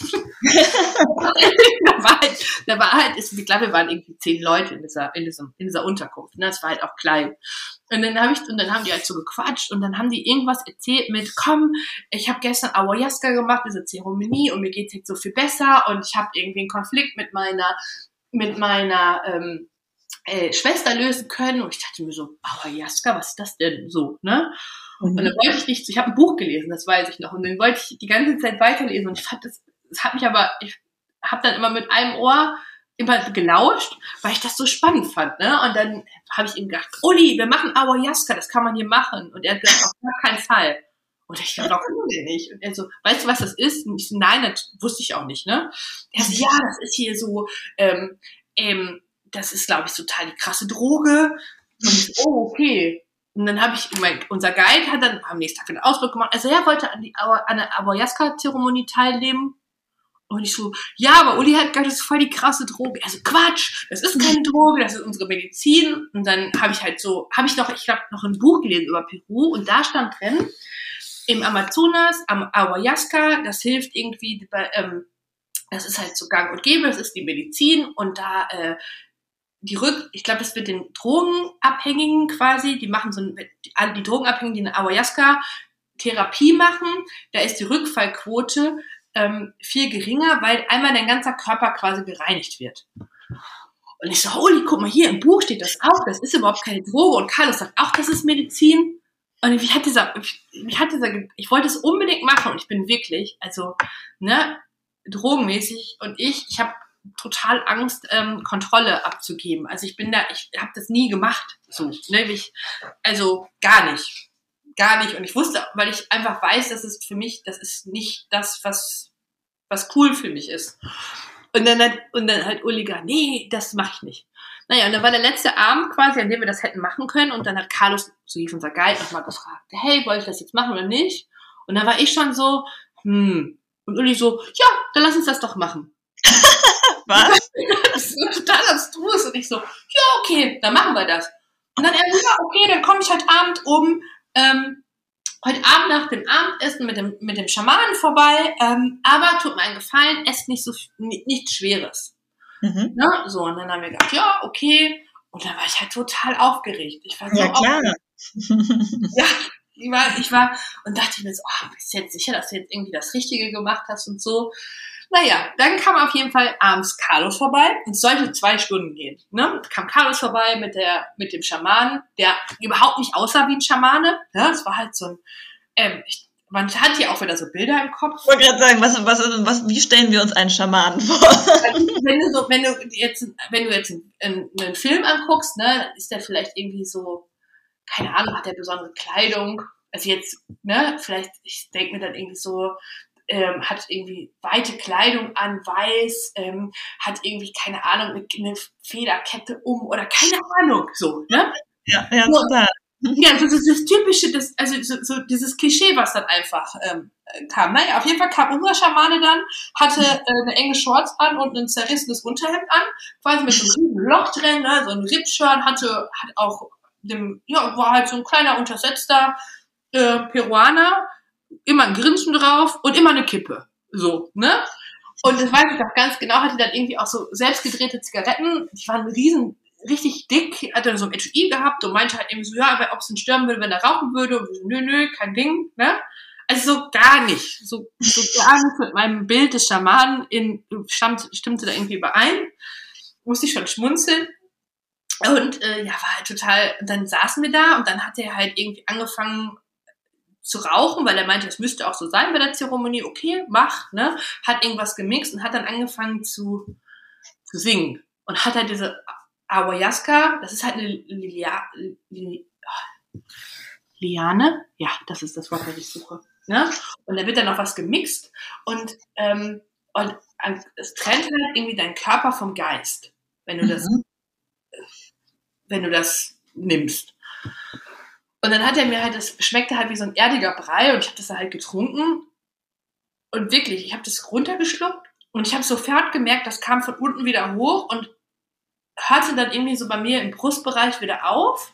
da war halt, da war halt, ich glaube, wir waren irgendwie zehn Leute in dieser, in diesem, in dieser Unterkunft. Ne? Das war halt auch klein. Und dann habe ich, und dann haben die halt so gequatscht und dann haben die irgendwas erzählt mit, komm, ich habe gestern Ayahuasca gemacht, diese Zeremonie und mir geht's jetzt so viel besser und ich habe irgendwie einen Konflikt mit meiner, mit meiner ähm, äh, Schwester lösen können. Und ich dachte mir so, Ayahuasca, was ist das denn so, ne? Mhm. Und dann wollte ich nicht, ich habe ein Buch gelesen, das weiß ich noch, und dann wollte ich die ganze Zeit weiterlesen und ich fand das, das hat mich aber, ich habe dann immer mit einem Ohr immer gelauscht, weil ich das so spannend fand, ne? Und dann habe ich ihm gedacht, Uli, wir machen Ayahuasca, das kann man hier machen. Und er hat gesagt, auf gar keinen Fall. Und ich dachte, warum denn nicht? Und er so, weißt du, was das ist? Und ich so, nein, das wusste ich auch nicht, ne? Er so, ja, das ist hier so, ähm, ähm, das ist, glaube ich, total die krasse Droge. Und ich so, oh, okay. Und dann habe ich, mein, unser Guide hat dann am nächsten Tag einen Ausflug gemacht. Also er wollte an, die, an der Ayahuasca-Zeremonie teilnehmen. Und ich so, ja, aber Uli hat gesagt, das ist voll die krasse Droge. Also Quatsch, das ist keine Droge, das ist unsere Medizin. Und dann habe ich halt so, habe ich noch, ich glaube, noch ein Buch gelesen über Peru und da stand drin, im Amazonas, am Ayahuasca, das hilft irgendwie, bei, ähm, das ist halt so gang und gäbe, das ist die Medizin und da äh, die Rück, ich glaube, das wird den Drogenabhängigen quasi, die machen so, die, die Drogenabhängigen, die eine Ayahuasca-Therapie machen, da ist die Rückfallquote ähm, viel geringer, weil einmal dein ganzer Körper quasi gereinigt wird. Und ich so, holy, guck mal, hier im Buch steht das auch, das ist überhaupt keine Droge. Und Carlos sagt auch, das ist Medizin. Und mich hat dieser, mich hat dieser, ich wollte es unbedingt machen und ich bin wirklich, also, ne, drogenmäßig und ich, ich habe total Angst, ähm, Kontrolle abzugeben. Also ich bin da, ich habe das nie gemacht, so, ne, ich, also gar nicht, gar nicht. Und ich wusste, weil ich einfach weiß, dass es für mich, das ist nicht das, was, was cool für mich ist. Und dann hat, und dann halt Uli gesagt, nee, das mache ich nicht. Naja, und dann war der letzte Abend quasi, an dem wir das hätten machen können. Und dann hat Carlos, so hieß unser Guide, nochmal gefragt, hey, wollte ich das jetzt machen oder nicht? Und dann war ich schon so, hm. Und Uli so, ja, dann lass uns das doch machen. Was? Das ist total abstrus. Und ich so, ja, okay, dann machen wir das. Und dann er so, ja, okay, dann komme ich heute Abend um, ähm, heute Abend nach dem Abendessen mit dem, mit dem Schamanen vorbei, ähm, aber tut mir einen Gefallen, esst nicht so, nichts Schweres. Mhm. Ne? So, und dann haben wir gedacht, ja, okay. Und dann war ich halt total aufgeregt. Ich war so ja, klar. ja, ich war, ich war, und dachte mir so, oh, bist du jetzt sicher, dass du jetzt irgendwie das Richtige gemacht hast und so. Naja, dann kam auf jeden Fall abends Carlos vorbei und es sollte zwei Stunden gehen. Ne? Kam Carlos vorbei mit der, mit dem Schamanen, der überhaupt nicht aussah wie ein Schamane. Ja, das war halt so ein, ähm, ich, man hat hier auch wieder so Bilder im Kopf. Ich wollte gerade sagen, was, was, was, wie stellen wir uns einen Schamanen vor? Wenn du so, wenn du jetzt, wenn du jetzt einen, einen Film anguckst, ne, dann ist der vielleicht irgendwie so, keine Ahnung, hat der besondere Kleidung. Also jetzt, ne, vielleicht, ich denke mir dann irgendwie so, ähm, hat irgendwie weite Kleidung an, weiß, ähm, hat irgendwie, keine Ahnung, eine, eine Federkette um oder keine Ahnung, so, ne? Ja, ja, So, total. ja, das ist das typische, das, also so, so dieses Klischee, was dann einfach ähm, kam. Naja, auf jeden Fall kam unser Schamane dann, hatte äh, eine enge Shorts an und ein zerrissenes Unterhemd an, quasi mit so einem riesen Loch drin, ne, so ein Rippshirt, hatte, hat auch dem, ja, war halt so ein kleiner untersetzter äh, Peruaner, immer ein Grinsen drauf und immer eine Kippe. So, ne? Und das weiß ich doch ganz genau, hatte dann irgendwie auch so selbstgedrehte Zigaretten, die waren riesen, richtig dick, hat dann so ein Etui gehabt und meinte halt irgendwie so, ja, ob es ihn stören würde, wenn er rauchen würde. Und wir so, nö, nö, kein Ding, ne? Also so gar nicht. So, so gar nicht mit meinem Bild des Schamanen in, stammt, stimmte da irgendwie überein. Musste ich schon schmunzeln. Und äh, ja, war halt total, und dann saßen wir da und dann hat er halt irgendwie angefangen zu rauchen, weil er meinte, es müsste auch so sein bei der Zeremonie. Okay, mach, ne? Hat irgendwas gemixt und hat dann angefangen zu, zu singen. Und hat halt diese Ayahuasca, das ist halt eine Lilia, Li, Liane, ja, das ist das Wort, was ich suche. Ne? Und da wird dann noch was gemixt und, ähm, und es trennt halt irgendwie deinen Körper vom Geist, wenn du das, mhm. wenn du das nimmst. Und dann hat er mir halt, das schmeckte halt wie so ein erdiger Brei und ich habe das halt getrunken und wirklich, ich habe das runtergeschluckt und ich habe sofort gemerkt, das kam von unten wieder hoch und hörte dann irgendwie so bei mir im Brustbereich wieder auf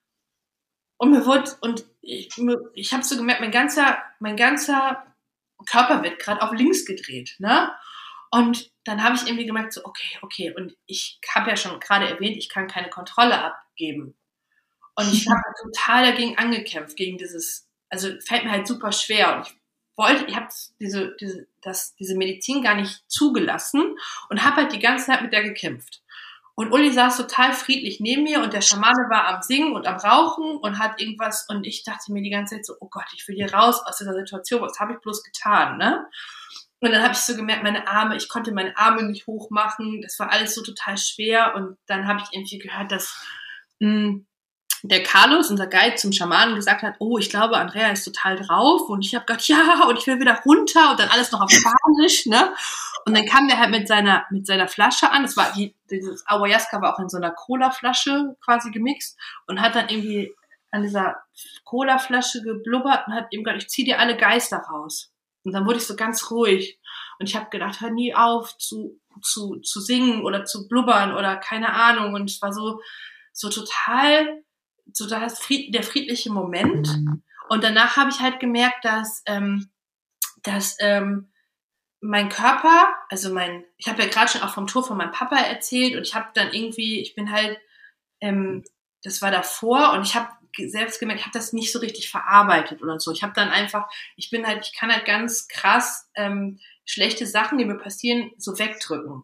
und mir wurde, und ich, ich habe so gemerkt, mein ganzer, mein ganzer Körper wird gerade auf links gedreht, ne? Und dann habe ich irgendwie gemerkt, so okay, okay, und ich habe ja schon gerade erwähnt, ich kann keine Kontrolle abgeben. Und ich habe total dagegen angekämpft, gegen dieses, also fällt mir halt super schwer und ich wollte, ich habe diese, diese, das, diese Medizin gar nicht zugelassen und habe halt die ganze Zeit mit der gekämpft. Und Uli saß total friedlich neben mir und der Schamane war am Singen und am Rauchen und hat irgendwas und ich dachte mir die ganze Zeit so, oh Gott, ich will hier raus aus dieser Situation, was habe ich bloß getan, ne? Und dann habe ich so gemerkt, meine Arme, ich konnte meine Arme nicht hochmachen, das war alles so total schwer und dann habe ich irgendwie gehört, dass mh, der Carlos, unser Guide, zum Schamanen gesagt hat, oh, ich glaube, Andrea ist total drauf und ich habe gedacht, ja, und ich will wieder runter und dann alles noch auf Spanisch, ne? Und dann kam der halt mit seiner mit seiner Flasche an, das war die, dieses Ayahuasca war auch in so einer Cola-Flasche quasi gemixt und hat dann irgendwie an dieser Cola-Flasche geblubbert und hat eben gesagt, ich zieh dir alle Geister raus. Und dann wurde ich so ganz ruhig und ich habe gedacht, hör nie auf zu zu zu singen oder zu blubbern oder keine Ahnung und es war so so total so das Fried, der friedliche Moment. Und danach habe ich halt gemerkt, dass ähm, dass ähm, mein Körper, also mein, ich habe ja gerade schon auch vom Tod von meinem Papa erzählt und ich habe dann irgendwie, ich bin halt, ähm, das war davor und ich habe selbst gemerkt, ich habe das nicht so richtig verarbeitet oder so. Ich habe dann einfach, ich bin halt, ich kann halt ganz krass ähm, schlechte Sachen, die mir passieren, so wegdrücken.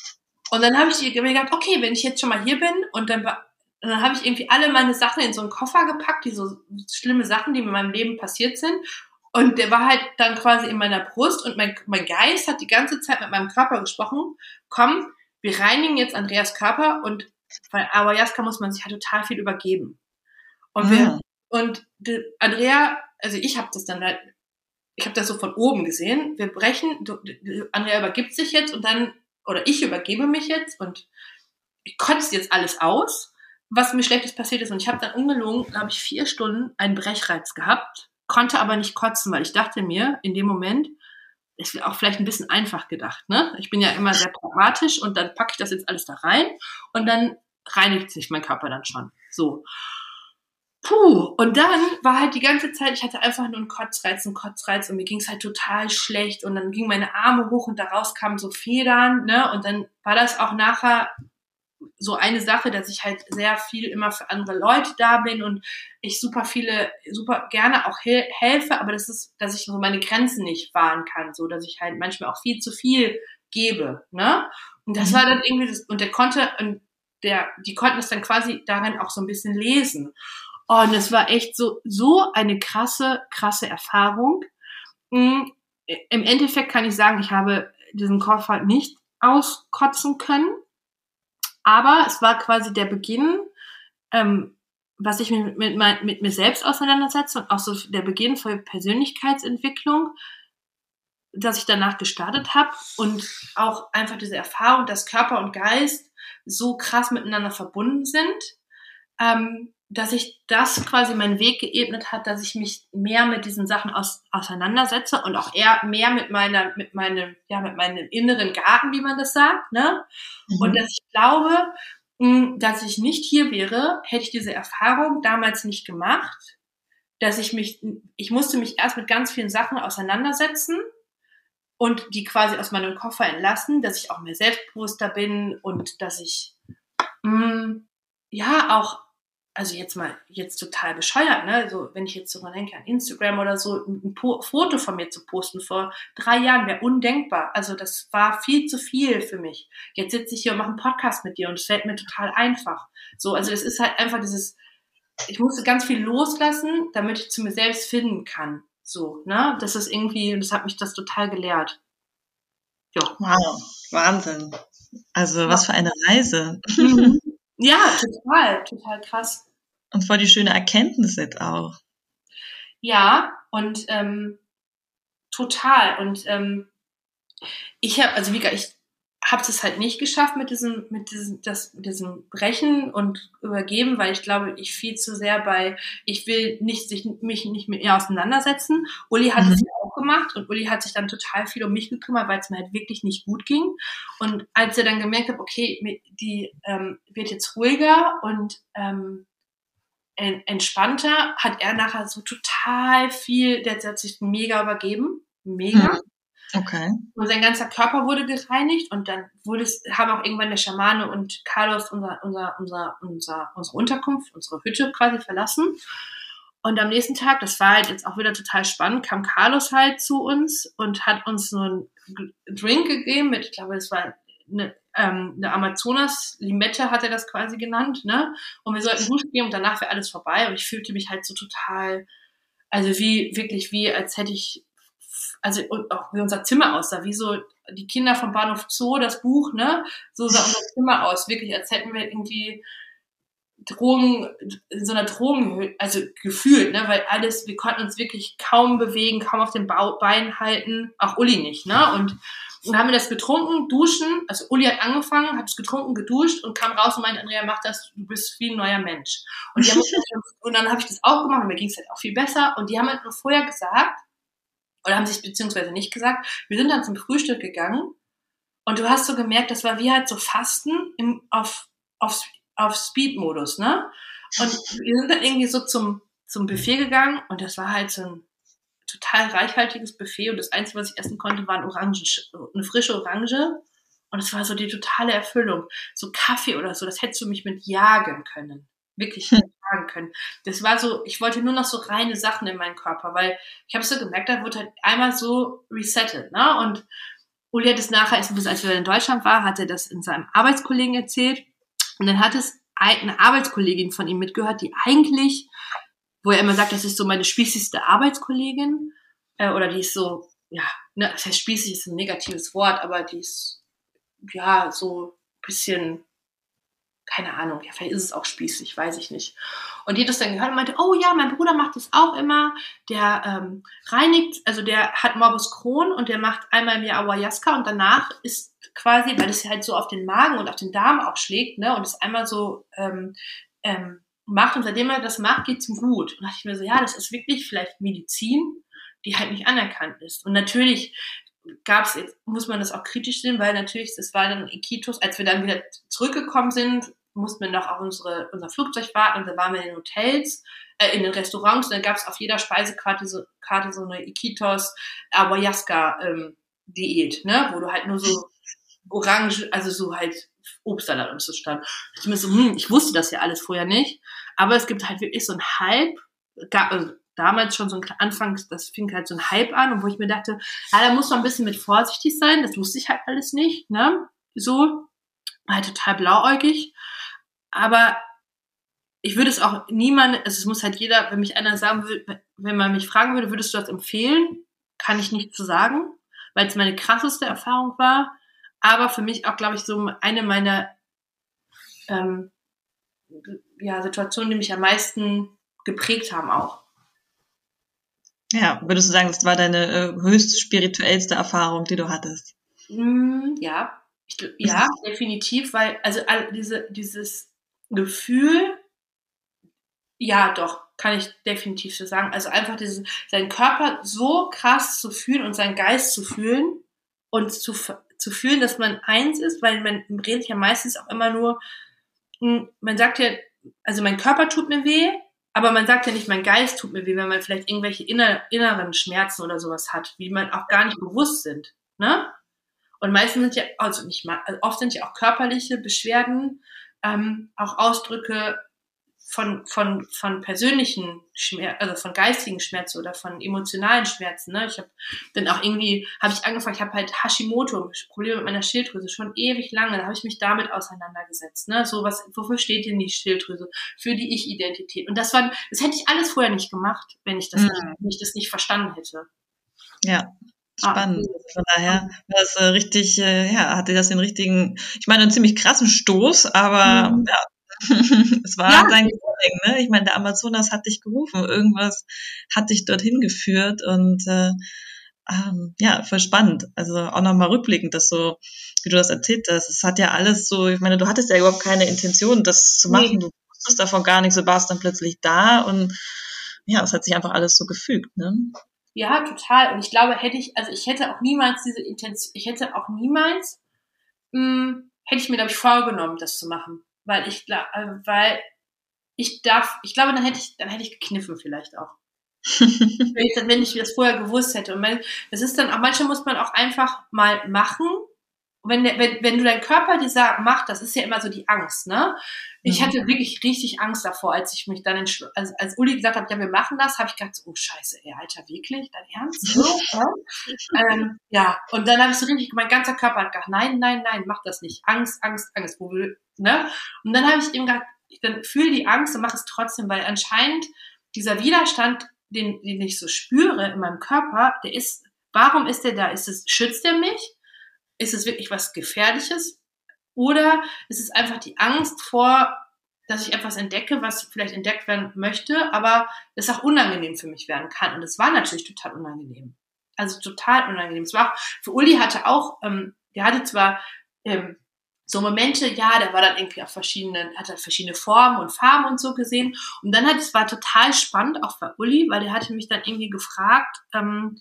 Und dann habe ich mir gedacht, okay, wenn ich jetzt schon mal hier bin und dann, und dann habe ich irgendwie alle meine Sachen in so einen Koffer gepackt, die so schlimme Sachen, die mir in meinem Leben passiert sind. Und der war halt dann quasi in meiner Brust und mein, mein Geist hat die ganze Zeit mit meinem Körper gesprochen, komm, wir reinigen jetzt Andreas Körper und weil Ayahuasca muss man sich halt total viel übergeben. Und wir, mhm. und die, Andrea, also ich habe das dann halt, ich habe das so von oben gesehen, wir brechen, du, die, Andrea übergibt sich jetzt und dann, oder ich übergebe mich jetzt und ich kotze jetzt alles aus, was mir Schlechtes passiert ist. Und ich habe dann ungelogen, habe ich vier Stunden einen Brechreiz gehabt, konnte aber nicht kotzen, weil ich dachte mir, in dem Moment, ist auch vielleicht ein bisschen einfach gedacht, ne? Ich bin ja immer sehr pragmatisch und dann packe ich das jetzt alles da rein und dann reinigt sich mein Körper dann schon. So. Puh, und dann war halt die ganze Zeit, ich hatte einfach nur einen Kotzreiz, einen Kotzreiz und mir ging es halt total schlecht und dann gingen meine Arme hoch und daraus kamen so Federn, ne? Und dann war das auch nachher so eine Sache, dass ich halt sehr viel immer für andere Leute da bin und ich super viele, super gerne auch he- helfe, aber das ist, dass ich so meine Grenzen nicht wahren kann, so, dass ich halt manchmal auch viel zu viel gebe, ne? Und das mhm. war dann irgendwie das, und der konnte, und der, die konnten es dann quasi darin auch so ein bisschen lesen. Und es war echt so, so eine krasse, krasse Erfahrung. Mhm. Im Endeffekt kann ich sagen, ich habe diesen Koffer nicht auskotzen können. Aber es war quasi der Beginn, ähm, was ich mit, mit, mit, mit mir selbst auseinandersetze und auch so der Beginn für Persönlichkeitsentwicklung, dass ich danach gestartet habe und auch einfach diese Erfahrung, dass Körper und Geist so krass miteinander verbunden sind, ähm, dass ich das quasi meinen Weg geebnet hat, dass ich mich mehr mit diesen Sachen aus, auseinandersetze und auch eher mehr mit meiner, mit meinem, ja, mit meinem inneren Garten, wie man das sagt, ne? Mhm. Und dass ich glaube, mh, dass ich nicht hier wäre, hätte ich diese Erfahrung damals nicht gemacht, dass ich mich, ich musste mich erst mit ganz vielen Sachen auseinandersetzen und die quasi aus meinem Koffer entlassen, dass ich auch mehr selbstbewusster bin und dass ich, mh, ja, auch, also jetzt mal, jetzt total bescheuert, ne, also wenn ich jetzt so mal denke an Instagram oder so, ein po- Foto von mir zu posten vor drei Jahren wäre undenkbar, also das war viel zu viel für mich. Jetzt sitze ich hier und mache einen Podcast mit dir und es fällt mir total einfach. So, also es ist halt einfach dieses, ich musste ganz viel loslassen, damit ich zu mir selbst finden kann. So, ne? Das ist irgendwie, das hat mich das total gelehrt. Jo. Wow, Wahnsinn. Also, ja. Was für eine Reise. Mhm. Ja, total, total krass. Und voll die schöne Erkenntnis jetzt auch. Ja, und ähm, total. Und ähm, ich habe, also wie gesagt, ich habe es halt nicht geschafft mit diesem, mit diesem, das, mit diesem Brechen und Übergeben, weil ich glaube, ich viel zu sehr bei, ich will nicht sich, mich nicht mit ihr auseinandersetzen. Uli hat mhm. es ja auch gemacht und Uli hat sich dann total viel um mich gekümmert, weil es mir halt wirklich nicht gut ging. Und als er dann gemerkt hat, okay, die ähm, wird jetzt ruhiger und ähm, entspannter, hat er nachher so total viel, der hat sich mega übergeben, mega. Mhm. Okay. Und sein ganzer Körper wurde gereinigt und dann wurde es, haben auch irgendwann der Schamane und Carlos unser, unser, unser, unser, unsere Unterkunft, unsere Hütte quasi verlassen. Und am nächsten Tag, das war halt jetzt auch wieder total spannend, kam Carlos halt zu uns und hat uns so einen Drink gegeben mit, ich glaube, es war eine, ähm, eine Amazonas-Limette, hat er das quasi genannt, ne? Und wir sollten duschen gehen und danach wäre alles vorbei. Und ich fühlte mich halt so total, also wie, wirklich wie, als hätte ich, also und auch wie unser Zimmer aussah, wie so die Kinder vom Bahnhof Zoo, das Buch, ne? So sah unser Zimmer aus, wirklich, als hätten wir irgendwie Drogen, in so einer Drogen, also gefühlt, ne? Weil alles, wir konnten uns wirklich kaum bewegen, kaum auf den Beinen halten, auch Uli nicht, ne? Und Und haben wir das getrunken, duschen, also Uli hat angefangen, hat es getrunken, geduscht und kam raus und meinte, Andrea, mach das, du bist wie ein neuer Mensch. Und, die haben und dann habe ich das auch gemacht und mir ging es halt auch viel besser. Und die haben halt nur vorher gesagt, oder haben sich beziehungsweise nicht gesagt, wir sind dann zum Frühstück gegangen und du hast so gemerkt, das war wie halt so Fasten im, auf, auf, auf Speed-Modus, ne? Und wir sind dann irgendwie so zum, zum Buffet gegangen und das war halt so ein total reichhaltiges Buffet und das Einzige, was ich essen konnte, war ein Orangen, eine frische Orange und es war so die totale Erfüllung. So Kaffee oder so, das hättest du mich mit jagen können. Wirklich hm. jagen können. Das war so, ich wollte nur noch so reine Sachen in meinen Körper, weil ich habe so gemerkt, da wurde halt einmal so resettet, ne? Und Uli hat es nachher, als wir in Deutschland waren, hat er das in seinem Arbeitskollegen erzählt und dann hat es eine Arbeitskollegin von ihm mitgehört, die eigentlich, wo er immer sagt, das ist so meine spießigste Arbeitskollegin, äh, oder die ist so, ja, ne, das heißt spießig ist ein negatives Wort, aber die ist, ja, so ein bisschen, keine Ahnung, ja, vielleicht ist es auch spießig, weiß ich nicht. Und die hat das dann gehört und meinte, oh ja, mein Bruder macht das auch immer, der ähm, reinigt, also der hat Morbus Crohn und der macht einmal im Jahr Ayahuasca und danach ist quasi, weil es halt so auf den Magen und auf den Darm auch schlägt, ne, und es einmal so ähm, ähm, macht und seitdem er das macht, geht's ihm gut. Und dachte ich mir so, ja, das ist wirklich vielleicht Medizin, die halt nicht anerkannt ist. Und natürlich gab's, muss man das auch kritisch sehen, weil natürlich, das war dann Iquitos, als wir dann wieder zurückgekommen sind, mussten wir noch auf unsere, unser Flugzeug warten und dann waren wir in den Hotels, äh, in den Restaurants und dann gab's auf jeder Speisekarte so, Karte so eine Iquitos Ayahuasca ähm, Diät, ne, wo du halt nur so Orange, also so halt Obstsalat und so stand. Ich mir so, hm, ich wusste das ja alles vorher nicht, aber es gibt halt wirklich so einen Hype, gab, also damals schon so ein Anfang, das fing halt so ein Hype an, und wo ich mir dachte, ja, da muss man ein bisschen mit vorsichtig sein, das wusste ich halt alles nicht, ne, so, war halt total blauäugig, aber ich würde es auch niemand, also es muss halt jeder, wenn mich einer sagen würde, wenn man mich fragen würde, würdest du das empfehlen, kann ich nicht zu sagen, weil es meine krasseste Erfahrung war, aber für mich auch, glaube ich, so eine meiner ähm, ja, Situationen, die mich am meisten geprägt haben auch. Ja, würdest du sagen, das war deine äh, höchst spirituellste Erfahrung, die du hattest? Mm, ja, ich, ja, definitiv, weil also all diese, dieses Gefühl, Ja, doch, kann ich definitiv so sagen. Also einfach dieses, seinen Körper so krass zu fühlen und seinen Geist zu fühlen und zu, zu fühlen, dass man eins ist, weil man redet ja meistens auch immer nur, man sagt ja, also mein Körper tut mir weh, aber man sagt ja nicht, mein Geist tut mir weh, wenn man vielleicht irgendwelche inner, inneren Schmerzen oder sowas hat, wie man auch gar nicht bewusst sind, ne? Und meistens sind ja, also nicht mal, also oft sind ja auch körperliche Beschwerden, ähm, auch Ausdrücke von, von, von persönlichen Schmerzen, also von geistigen Schmerzen oder von emotionalen Schmerzen, ne? Ich habe dann auch irgendwie, habe ich angefangen, ich habe halt Hashimoto, Probleme mit meiner Schilddrüse, schon ewig lange, da habe ich mich damit auseinandergesetzt, ne? So was, wofür steht denn die Schilddrüse? Für die Ich-Identität. Und das war, das hätte ich alles vorher nicht gemacht, wenn ich das, mhm. nicht, wenn ich das nicht verstanden hätte. Ja. Spannend. Von daher war es äh, richtig, äh, ja, hatte das den richtigen, ich meine, einen ziemlich krassen Stoß, aber mhm. ja, es war ja sein Calling, ne? Ich meine, der Amazonas hat dich gerufen, irgendwas hat dich dorthin geführt und äh, ähm, ja, voll spannend. Also auch nochmal rückblickend, dass so, wie du das erzählt hast, es hat ja alles so, ich meine, du hattest ja überhaupt keine Intention, das zu machen, nee. Du wusstest davon gar nichts, du warst dann plötzlich da und ja, es hat sich einfach alles so gefügt, ne? Ja, total. Und ich glaube, hätte ich, also ich hätte auch niemals diese Intention, ich hätte auch niemals, mh, hätte ich mir, glaube ich, vorgenommen, das zu machen. Weil ich, äh, weil ich darf, ich glaube, dann hätte ich, dann hätte ich gekniffen vielleicht auch. wenn, ich, wenn ich das vorher gewusst hätte. Und das ist dann auch, manchmal muss man auch einfach mal machen. Wenn, der, wenn, wenn du dein Körper dir sagt, mach, das ist ja immer so die Angst, ne? Ich mhm. hatte wirklich richtig Angst davor, als ich mich dann, in, als, als Uli gesagt hat, ja, wir machen das, habe ich gedacht, so, oh Scheiße, ey, Alter, wirklich? Dein Ernst? So, ja? ähm, ja, und dann habe ich so richtig, mein ganzer Körper hat gedacht, nein, nein, nein, mach das nicht. Angst, Angst, Angst, wo will, ne? Und dann habe ich eben gedacht, ich dann fühle die Angst und mache es trotzdem, weil anscheinend dieser Widerstand, den, den ich so spüre in meinem Körper, der ist, warum ist der da? Ist es, schützt er mich? Ist es wirklich was Gefährliches? Oder ist es einfach die Angst vor, dass ich etwas entdecke, was vielleicht entdeckt werden möchte, aber es auch unangenehm für mich werden kann? Und es war natürlich total unangenehm. Also total unangenehm. Es war auch, für Uli hatte auch, ähm, der hatte zwar ähm, so Momente, ja, der war dann irgendwie auf verschiedenen, hat halt verschiedene Formen und Farben und so gesehen. Und dann hat es war total spannend, auch bei Uli, weil der hatte mich dann irgendwie gefragt, ähm,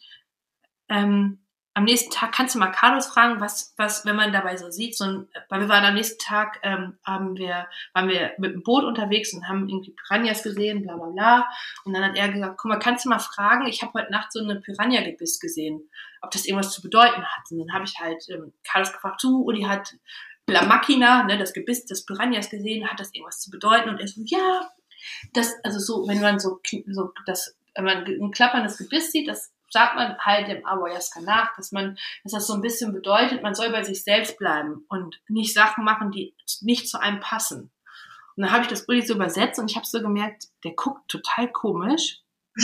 ähm, am nächsten Tag kannst du mal Carlos fragen, was, was, wenn man dabei so sieht, so ein, weil wir waren am nächsten Tag, ähm, haben wir, waren wir mit dem Boot unterwegs und haben irgendwie Piranhas gesehen, bla, bla, bla. Und dann hat er gesagt, guck mal, kannst du mal fragen, ich habe heute Nacht so eine Piranha-Gebiss gesehen, ob das irgendwas zu bedeuten hat. Und dann habe ich halt, ähm, Carlos gefragt, du, Uli hat La Machina, ne, das Gebiss des Piranhas gesehen, hat das irgendwas zu bedeuten? Und er so, ja, das, also so, wenn man so, so, das, wenn man ein klapperndes Gebiss sieht, das sagt man halt dem Ayahuasca nach, dass man, dass das so ein bisschen bedeutet, man soll bei sich selbst bleiben und nicht Sachen machen, die nicht zu einem passen. Und dann habe ich das Uli so übersetzt und ich habe so gemerkt, der guckt total komisch.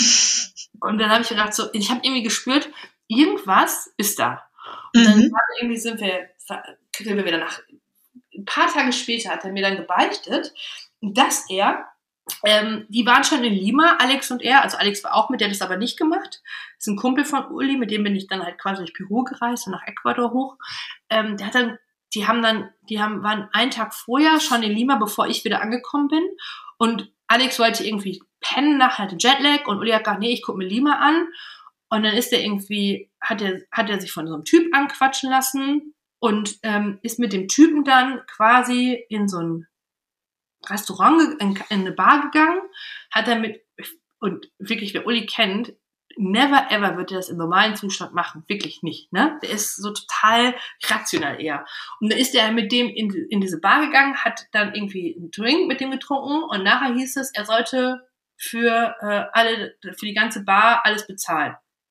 Und dann habe ich gedacht, so, ich habe irgendwie gespürt, irgendwas ist da. Und dann mhm. irgendwie sind wir, sind wir wieder nach, ein paar Tage später hat er mir dann gebeichtet, dass er Ähm, die waren schon in Lima, Alex und er, also Alex war auch mit, der hat das aber nicht gemacht. Das ist ein Kumpel von Uli, mit dem bin ich dann halt quasi durch Peru gereist und nach Ecuador hoch. Ähm, der hat dann, die haben dann, die haben, waren einen Tag vorher schon in Lima, bevor ich wieder angekommen bin. Und Alex wollte irgendwie pennen nach, hatte Jetlag und Uli hat gesagt, nee, ich guck mir Lima an. Und dann ist er irgendwie, hat er, hat er sich von so einem Typ anquatschen lassen und ähm, ist mit dem Typen dann quasi in so ein Restaurant, in eine Bar gegangen, hat er mit, und wirklich, wer Uli kennt, never ever wird er das im normalen Zustand machen. Wirklich nicht, ne? Der ist so total rational eher. Und dann ist er mit dem in, in diese Bar gegangen, hat dann irgendwie einen Drink mit dem getrunken und nachher hieß es, er sollte für äh, alle, für die ganze Bar alles bezahlen.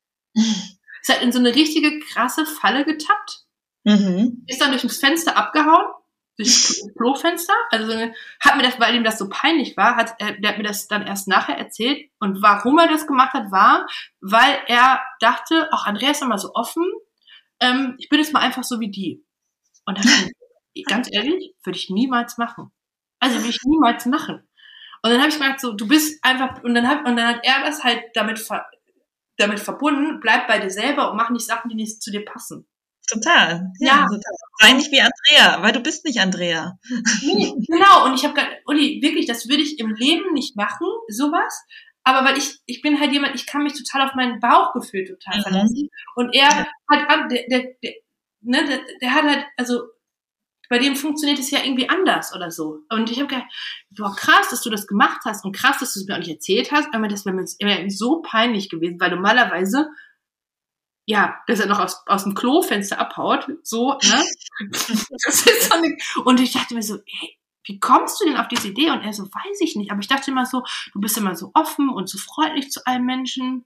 Ist halt in so eine richtige krasse Falle getappt. Mhm. Ist dann durch das Fenster abgehauen. Durch das Klofenster, also hat mir das, weil ihm das so peinlich war, hat er, der hat mir das dann erst nachher erzählt und warum er das gemacht hat, war, weil er dachte, ach, Andrea ist immer so offen, ähm, ich bin jetzt mal einfach so wie die. Und dann, ganz ehrlich, würde ich niemals machen. Also würde ich niemals machen. Und dann habe ich gedacht, so, du bist einfach, und dann hat, und dann hat er das halt damit, ver, damit verbunden, bleib bei dir selber und mach nicht Sachen, die nicht zu dir passen. Total, ja, Ja. total. Sei nicht wie Andrea, weil du bist nicht Andrea. Nee, genau. Und ich habe gedacht, Uli, wirklich, das würde ich im Leben nicht machen, sowas. Aber weil ich, ich bin halt jemand, ich kann mich total auf mein Bauchgefühl total verlassen. Mhm. Und er Ja. hat, an- der, der, der, ne, der, der hat halt, also bei dem funktioniert es ja irgendwie anders oder so. Und ich habe gedacht, boah, krass, dass du das gemacht hast und krass, dass du es mir auch nicht erzählt hast. Aber das wäre mir jetzt wär so peinlich gewesen, weil normalerweise, ja, dass er noch aus, aus dem Klofenster abhaut, so, ne? Das ist so eine, und ich dachte mir so, hey, wie kommst du denn auf diese Idee? Und er so, weiß ich nicht. Aber ich dachte immer so, du bist immer so offen und so freundlich zu allen Menschen.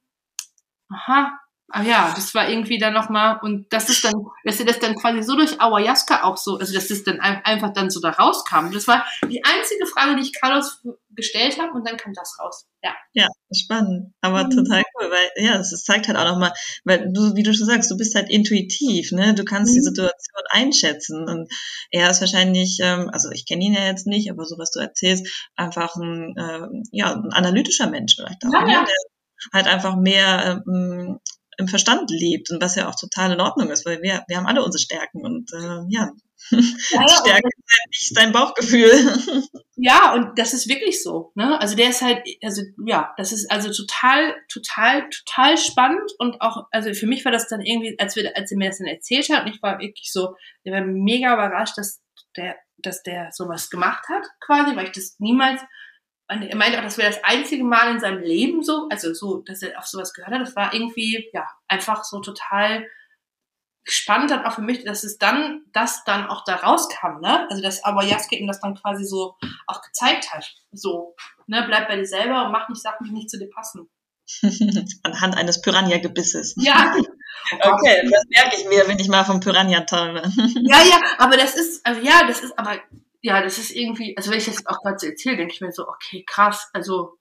Aha. Ah ja, das war irgendwie dann nochmal, und das ist dann, dass sie das dann quasi so durch Ayahuasca auch so, also dass das dann ein- einfach dann so da rauskam. Das war die einzige Frage, die ich Carlos gestellt habe, und dann kam das raus. Ja. Ja, spannend, aber Mhm. total cool, weil ja, das zeigt halt auch nochmal, weil du, wie du schon sagst, du bist halt intuitiv, ne? Du kannst die Mhm. Situation einschätzen und er ist wahrscheinlich, ähm, also ich kenne ihn ja jetzt nicht, aber so was du erzählst, einfach ein, ähm, ja, ein analytischer Mensch vielleicht auch, Ja, ne? ja. Der halt einfach mehr ähm, im Verstand lebt und was ja auch total in Ordnung ist, weil wir, wir haben alle unsere Stärken und äh, ja, Ja, die ja, Stärke und, ist halt nicht dein Bauchgefühl. ja, und das ist wirklich so, ne? Also der ist halt, also ja, das ist also total, total, total spannend, und auch, also für mich war das dann irgendwie, als wir, als er mir das dann erzählt hat, und ich war wirklich so, ich war mega überrascht, dass der, dass der sowas gemacht hat, quasi, weil ich das niemals, und er meinte auch, das wäre das einzige Mal in seinem Leben so, also so, dass er auf sowas gehört hat. Das war irgendwie, ja, einfach so total spannend dann auch für mich, dass es dann, das dann auch da rauskam, ne? Also, dass Ayahuasca ihm das dann quasi so auch gezeigt hat. So, ne? Bleib bei dir selber und mach nicht Sachen, die nicht zu dir passen. Anhand eines Piranha-Gebisses. Ja. Oh Gott. Okay, das merke ich mir, wenn ich mal vom Piranha träume. Ja, ja, aber das ist, also ja, das ist aber, ja, das ist irgendwie, also wenn ich das jetzt auch gerade so erzähle, denke ich mir so, okay, krass, also,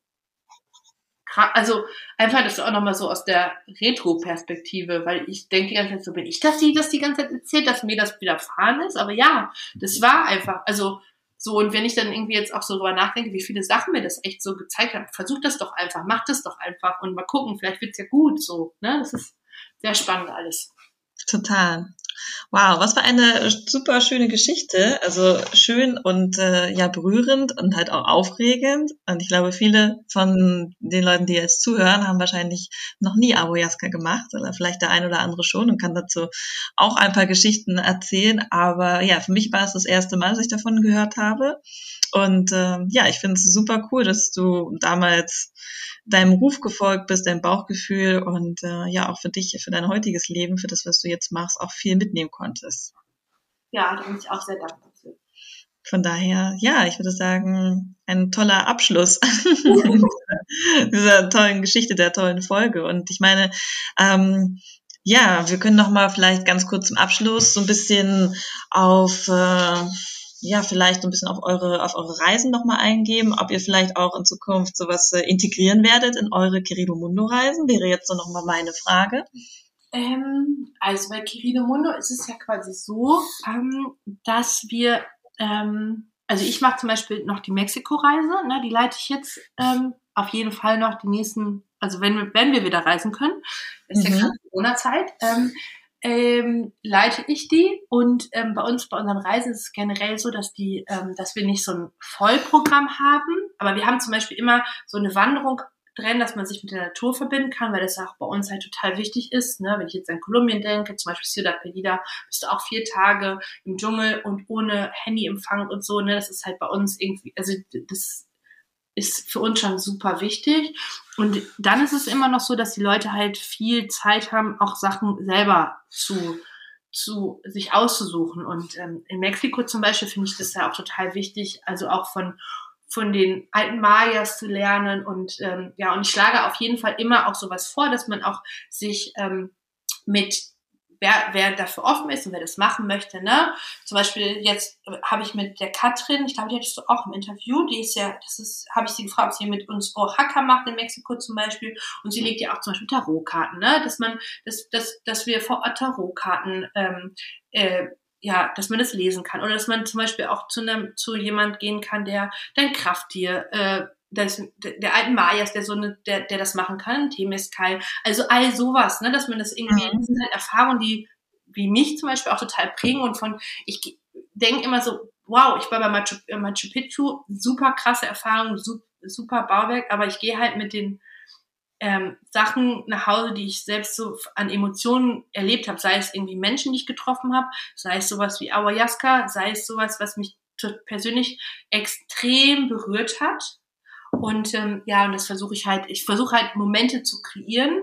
krass, also einfach das auch nochmal so aus der Retro-Perspektive, weil ich denke die ganze Zeit so, bin ich das, die das die ganze Zeit erzählt, dass mir das widerfahren ist, aber ja, das war einfach, also so, und wenn ich dann irgendwie jetzt auch so drüber nachdenke, wie viele Sachen mir das echt so gezeigt haben, versuch das doch einfach, mach das doch einfach und mal gucken, vielleicht wird's ja gut, so, ne, das ist sehr spannend alles. Total. Wow, was für eine super schöne Geschichte. Also schön und äh, ja berührend und halt auch aufregend. Und ich glaube, viele von den Leuten, die jetzt zuhören, haben wahrscheinlich noch nie Ayahuasca gemacht oder vielleicht der ein oder andere schon und kann dazu auch ein paar Geschichten erzählen. Aber ja, für mich war es das erste Mal, dass ich davon gehört habe. Und äh, ja, ich finde es super cool, dass du damals deinem Ruf gefolgt bist, deinem Bauchgefühl und äh, ja auch für dich, für dein heutiges Leben, für das, was du jetzt machst, auch viel mitnehmen konntest. Ja, da bin ich auch sehr dankbar für. Von daher, ja, ich würde sagen, ein toller Abschluss dieser tollen Geschichte, der tollen Folge. Und ich meine, ähm, ja, wir können noch mal vielleicht ganz kurz zum Abschluss so ein bisschen auf äh, ja, vielleicht ein bisschen auf eure, auf eure Reisen nochmal eingeben, ob ihr vielleicht auch in Zukunft sowas äh, integrieren werdet in eure Querido Mundo Reisen, wäre jetzt so nochmal meine Frage. Ähm, also bei Querido Mundo ist es ja quasi so, ähm, dass wir, ähm, also ich mache zum Beispiel noch die Mexiko-Reise, ne, die leite ich jetzt ähm, auf jeden Fall noch die nächsten, also wenn wir, wenn wir wieder reisen können, ist ja Mhm. gerade Corona-Zeit, ähm, ähm, leite ich die, und ähm, bei uns, bei unseren Reisen ist es generell so, dass die, ähm, dass wir nicht so ein Vollprogramm haben, aber wir haben zum Beispiel immer so eine Wanderung drin, dass man sich mit der Natur verbinden kann, weil das auch bei uns halt total wichtig ist, ne? Wenn ich jetzt an Kolumbien denke, zum Beispiel Ciudad Perdida, bist du auch vier Tage im Dschungel und ohne Handyempfang und so, ne? Das ist halt bei uns irgendwie, also das ist für uns schon super wichtig. Und dann ist es immer noch so, dass die Leute halt viel Zeit haben, auch Sachen selber zu, zu sich auszusuchen. Und ähm, in Mexiko zum Beispiel finde ich das ja auch total wichtig, also auch von von den alten Mayas zu lernen. Und ähm, ja, und ich schlage auf jeden Fall immer auch sowas vor, dass man auch sich ähm, mit Wer, wer dafür offen ist und wer das machen möchte, ne? Zum Beispiel jetzt äh, habe ich mit der Katrin, ich glaube, die hattest du auch im Interview, die ist ja, das ist, habe ich sie gefragt, ob sie mit uns Oaxaca macht in Mexiko zum Beispiel, und sie legt ja auch zum Beispiel Tarotkarten, ne? Dass man, dass, dass, dass wir vor Ort Tarotkarten, ähm, äh, ja, dass man das lesen kann, oder dass man zum Beispiel auch zu einem, zu jemand gehen kann, der dein Krafttier, äh, das, der alten Mayas, der so eine, der, der das machen kann, Temescal, also all sowas, ne, dass man das irgendwie, das sind halt Erfahrungen, die wie mich zum Beispiel auch total prägen und von, ich denke immer so, wow, ich war bei Machu, Machu Picchu, super krasse Erfahrung, super, super Bauwerk, aber ich gehe halt mit den ähm, Sachen nach Hause, die ich selbst so an Emotionen erlebt habe, sei es irgendwie Menschen, die ich getroffen habe, sei es sowas wie Ayahuasca, sei es sowas, was mich persönlich extrem berührt hat. Und ähm, ja, und das versuche ich halt, ich versuche halt Momente zu kreieren,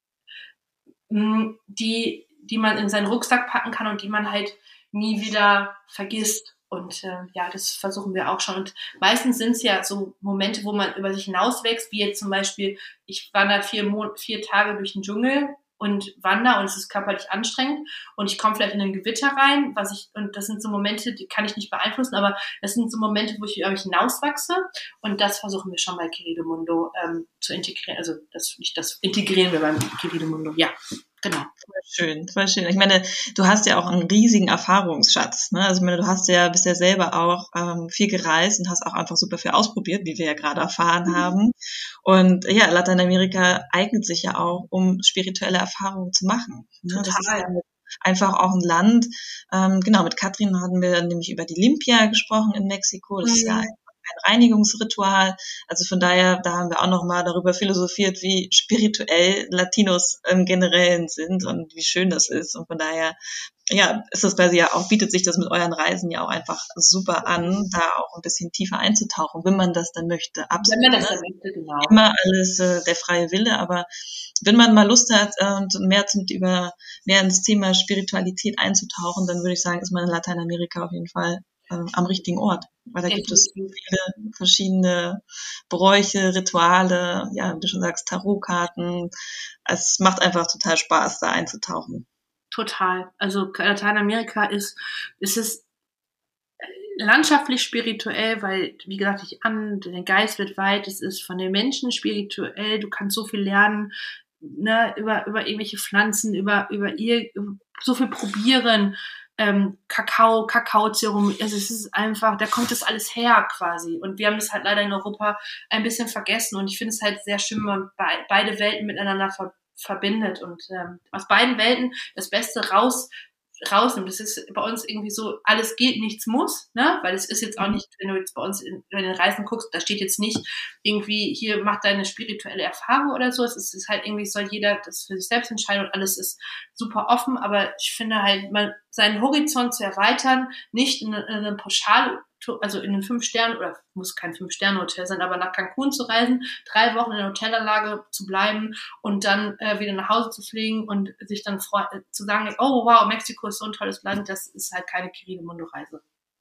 mh, die, die man in seinen Rucksack packen kann und die man halt nie wieder vergisst. Und äh, ja, das versuchen wir auch schon. Und meistens sind es ja so Momente, wo man über sich hinauswächst, wie jetzt zum Beispiel, ich wandere vier, Mon- vier Tage durch den Dschungel und wandere und es ist körperlich anstrengend und ich komme vielleicht in ein Gewitter rein, was ich, und das sind so Momente, die kann ich nicht beeinflussen, aber das sind so Momente, wo ich über mich hinauswachse und das versuchen wir schon bei Querido Mundo ähm, zu integrieren, also das, nicht das integrieren wir beim Querido Mundo, ja, genau. Voll schön, voll schön. Ich meine, du hast ja auch einen riesigen Erfahrungsschatz, ne? Also ich meine, du hast ja bisher selber auch ähm, viel gereist und hast auch einfach super viel ausprobiert, wie wir ja gerade erfahren mhm. haben. Und ja, Lateinamerika eignet sich ja auch, um spirituelle Erfahrungen zu machen. Ne? Das ist ja einfach auch ein Land. Ähm, genau, mit Katrin hatten wir nämlich über die Limpia gesprochen in Mexiko. Das mhm. ist ja ein ein Reinigungsritual. Also von daher, da haben wir auch nochmal darüber philosophiert, wie spirituell Latinos im Generellen sind und wie schön das ist. Und von daher, ja, ist das quasi ja auch, bietet sich das mit euren Reisen ja auch einfach super an, da auch ein bisschen tiefer einzutauchen, wenn man das dann möchte. Absolut. Wenn man das dann möchte, genau. Immer alles äh, der freie Wille, aber wenn man mal Lust hat äh, und mehr zum über mehr ins Thema Spiritualität einzutauchen, dann würde ich sagen, ist man in Lateinamerika auf jeden Fall äh, am richtigen Ort, weil da gibt es viele verschiedene Bräuche, Rituale, ja, wie du schon sagst, Tarotkarten. Es macht einfach total Spaß, da einzutauchen. Total. Also Lateinamerika ist, ist es landschaftlich spirituell, weil, wie gesagt, ich an, der Geist wird weit, es ist von den Menschen spirituell, du kannst so viel lernen, ne, über, über irgendwelche Pflanzen, über, über ihr, so viel probieren, ähm, Kakao, Kakaozeremonie, also es ist einfach, da kommt das alles her quasi und wir haben das halt leider in Europa ein bisschen vergessen und ich finde es halt sehr schön, wenn man be- beide Welten miteinander ver- verbindet und ähm, aus beiden Welten das Beste raus rausnimmt. Das ist bei uns irgendwie so, alles geht, nichts muss, ne? Weil es ist jetzt auch nicht, wenn du jetzt bei uns in, in den Reisen guckst, da steht jetzt nicht irgendwie, hier mach deine spirituelle Erfahrung oder so. Es ist, es ist halt irgendwie, soll jeder das für sich selbst entscheiden und alles ist super offen, aber ich finde halt, man, seinen Horizont zu erweitern, nicht in, in einem Pauschal, also in einem Fünf-Sterne, oder muss kein Fünf-Sterne-Hotel sein, aber nach Cancun zu reisen, drei Wochen in der Hotelanlage zu bleiben und dann äh, wieder nach Hause zu fliegen und sich dann freu- zu sagen, oh wow, Mexiko ist so ein tolles Land, das ist halt keine Querido Mundo Reise.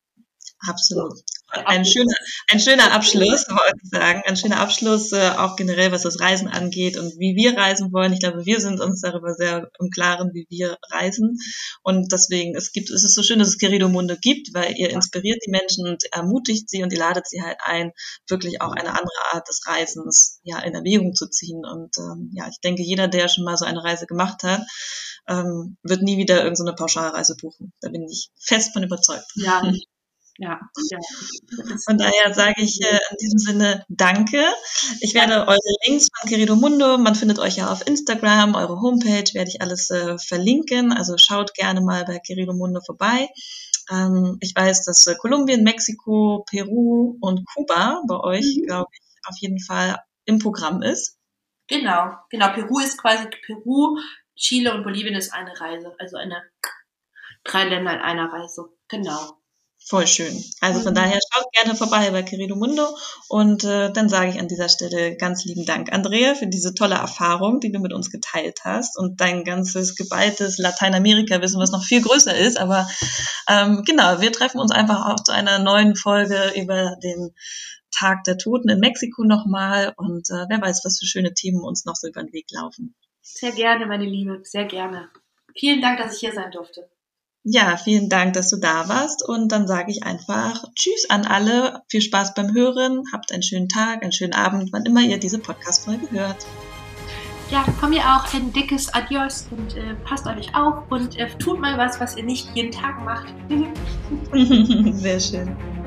Absolut. Ein schöner, ein schöner Abschluss, wollte ich sagen. Ein schöner Abschluss, äh, auch generell, was das Reisen angeht und wie wir reisen wollen. Ich glaube, wir sind uns darüber sehr im Klaren, wie wir reisen. Und deswegen, es gibt, es ist so schön, dass es Querido Mundo gibt, weil ihr inspiriert die Menschen und ermutigt sie und ihr ladet sie halt ein, wirklich auch eine andere Art des Reisens, ja, in Erwägung zu ziehen. Und, ähm, ja, ich denke, jeder, der schon mal so eine Reise gemacht hat, ähm, wird nie wieder irgendeine so eine Pauschalreise buchen. Da bin ich fest von überzeugt. Ja. Ja, ja. Von daher sage ich äh, in diesem Sinne Danke. Ich werde eure Links von Querido Mundo, man findet euch ja auf Instagram, eure Homepage werde ich alles äh, verlinken. Also schaut gerne mal bei Querido Mundo vorbei. Ähm, ich weiß, dass äh, Kolumbien, Mexiko, Peru und Kuba bei euch, mhm. glaube ich, auf jeden Fall im Programm ist. Genau, genau. Peru ist quasi Peru, Chile und Bolivien ist eine Reise, also eine drei Länder in einer Reise. Genau. Voll schön. Also von mhm. daher schaut gerne vorbei bei Querido Mundo und äh, dann sage ich an dieser Stelle ganz lieben Dank, Andrea, für diese tolle Erfahrung, die du mit uns geteilt hast und dein ganzes geballtes Lateinamerika-Wissen, was noch viel größer ist. Aber ähm, genau, wir treffen uns einfach auch zu einer neuen Folge über den Tag der Toten in Mexiko nochmal und äh, wer weiß, was für schöne Themen uns noch so über den Weg laufen. Sehr gerne, meine Liebe, sehr gerne. Vielen Dank, dass ich hier sein durfte. Ja, vielen Dank, dass du da warst und dann sage ich einfach Tschüss an alle, viel Spaß beim Hören, habt einen schönen Tag, einen schönen Abend, wann immer ihr diese Podcast-Folge hört. Ja, von mir auch ein dickes Adios und äh, passt euch auf und äh, tut mal was, was ihr nicht jeden Tag macht. Sehr schön.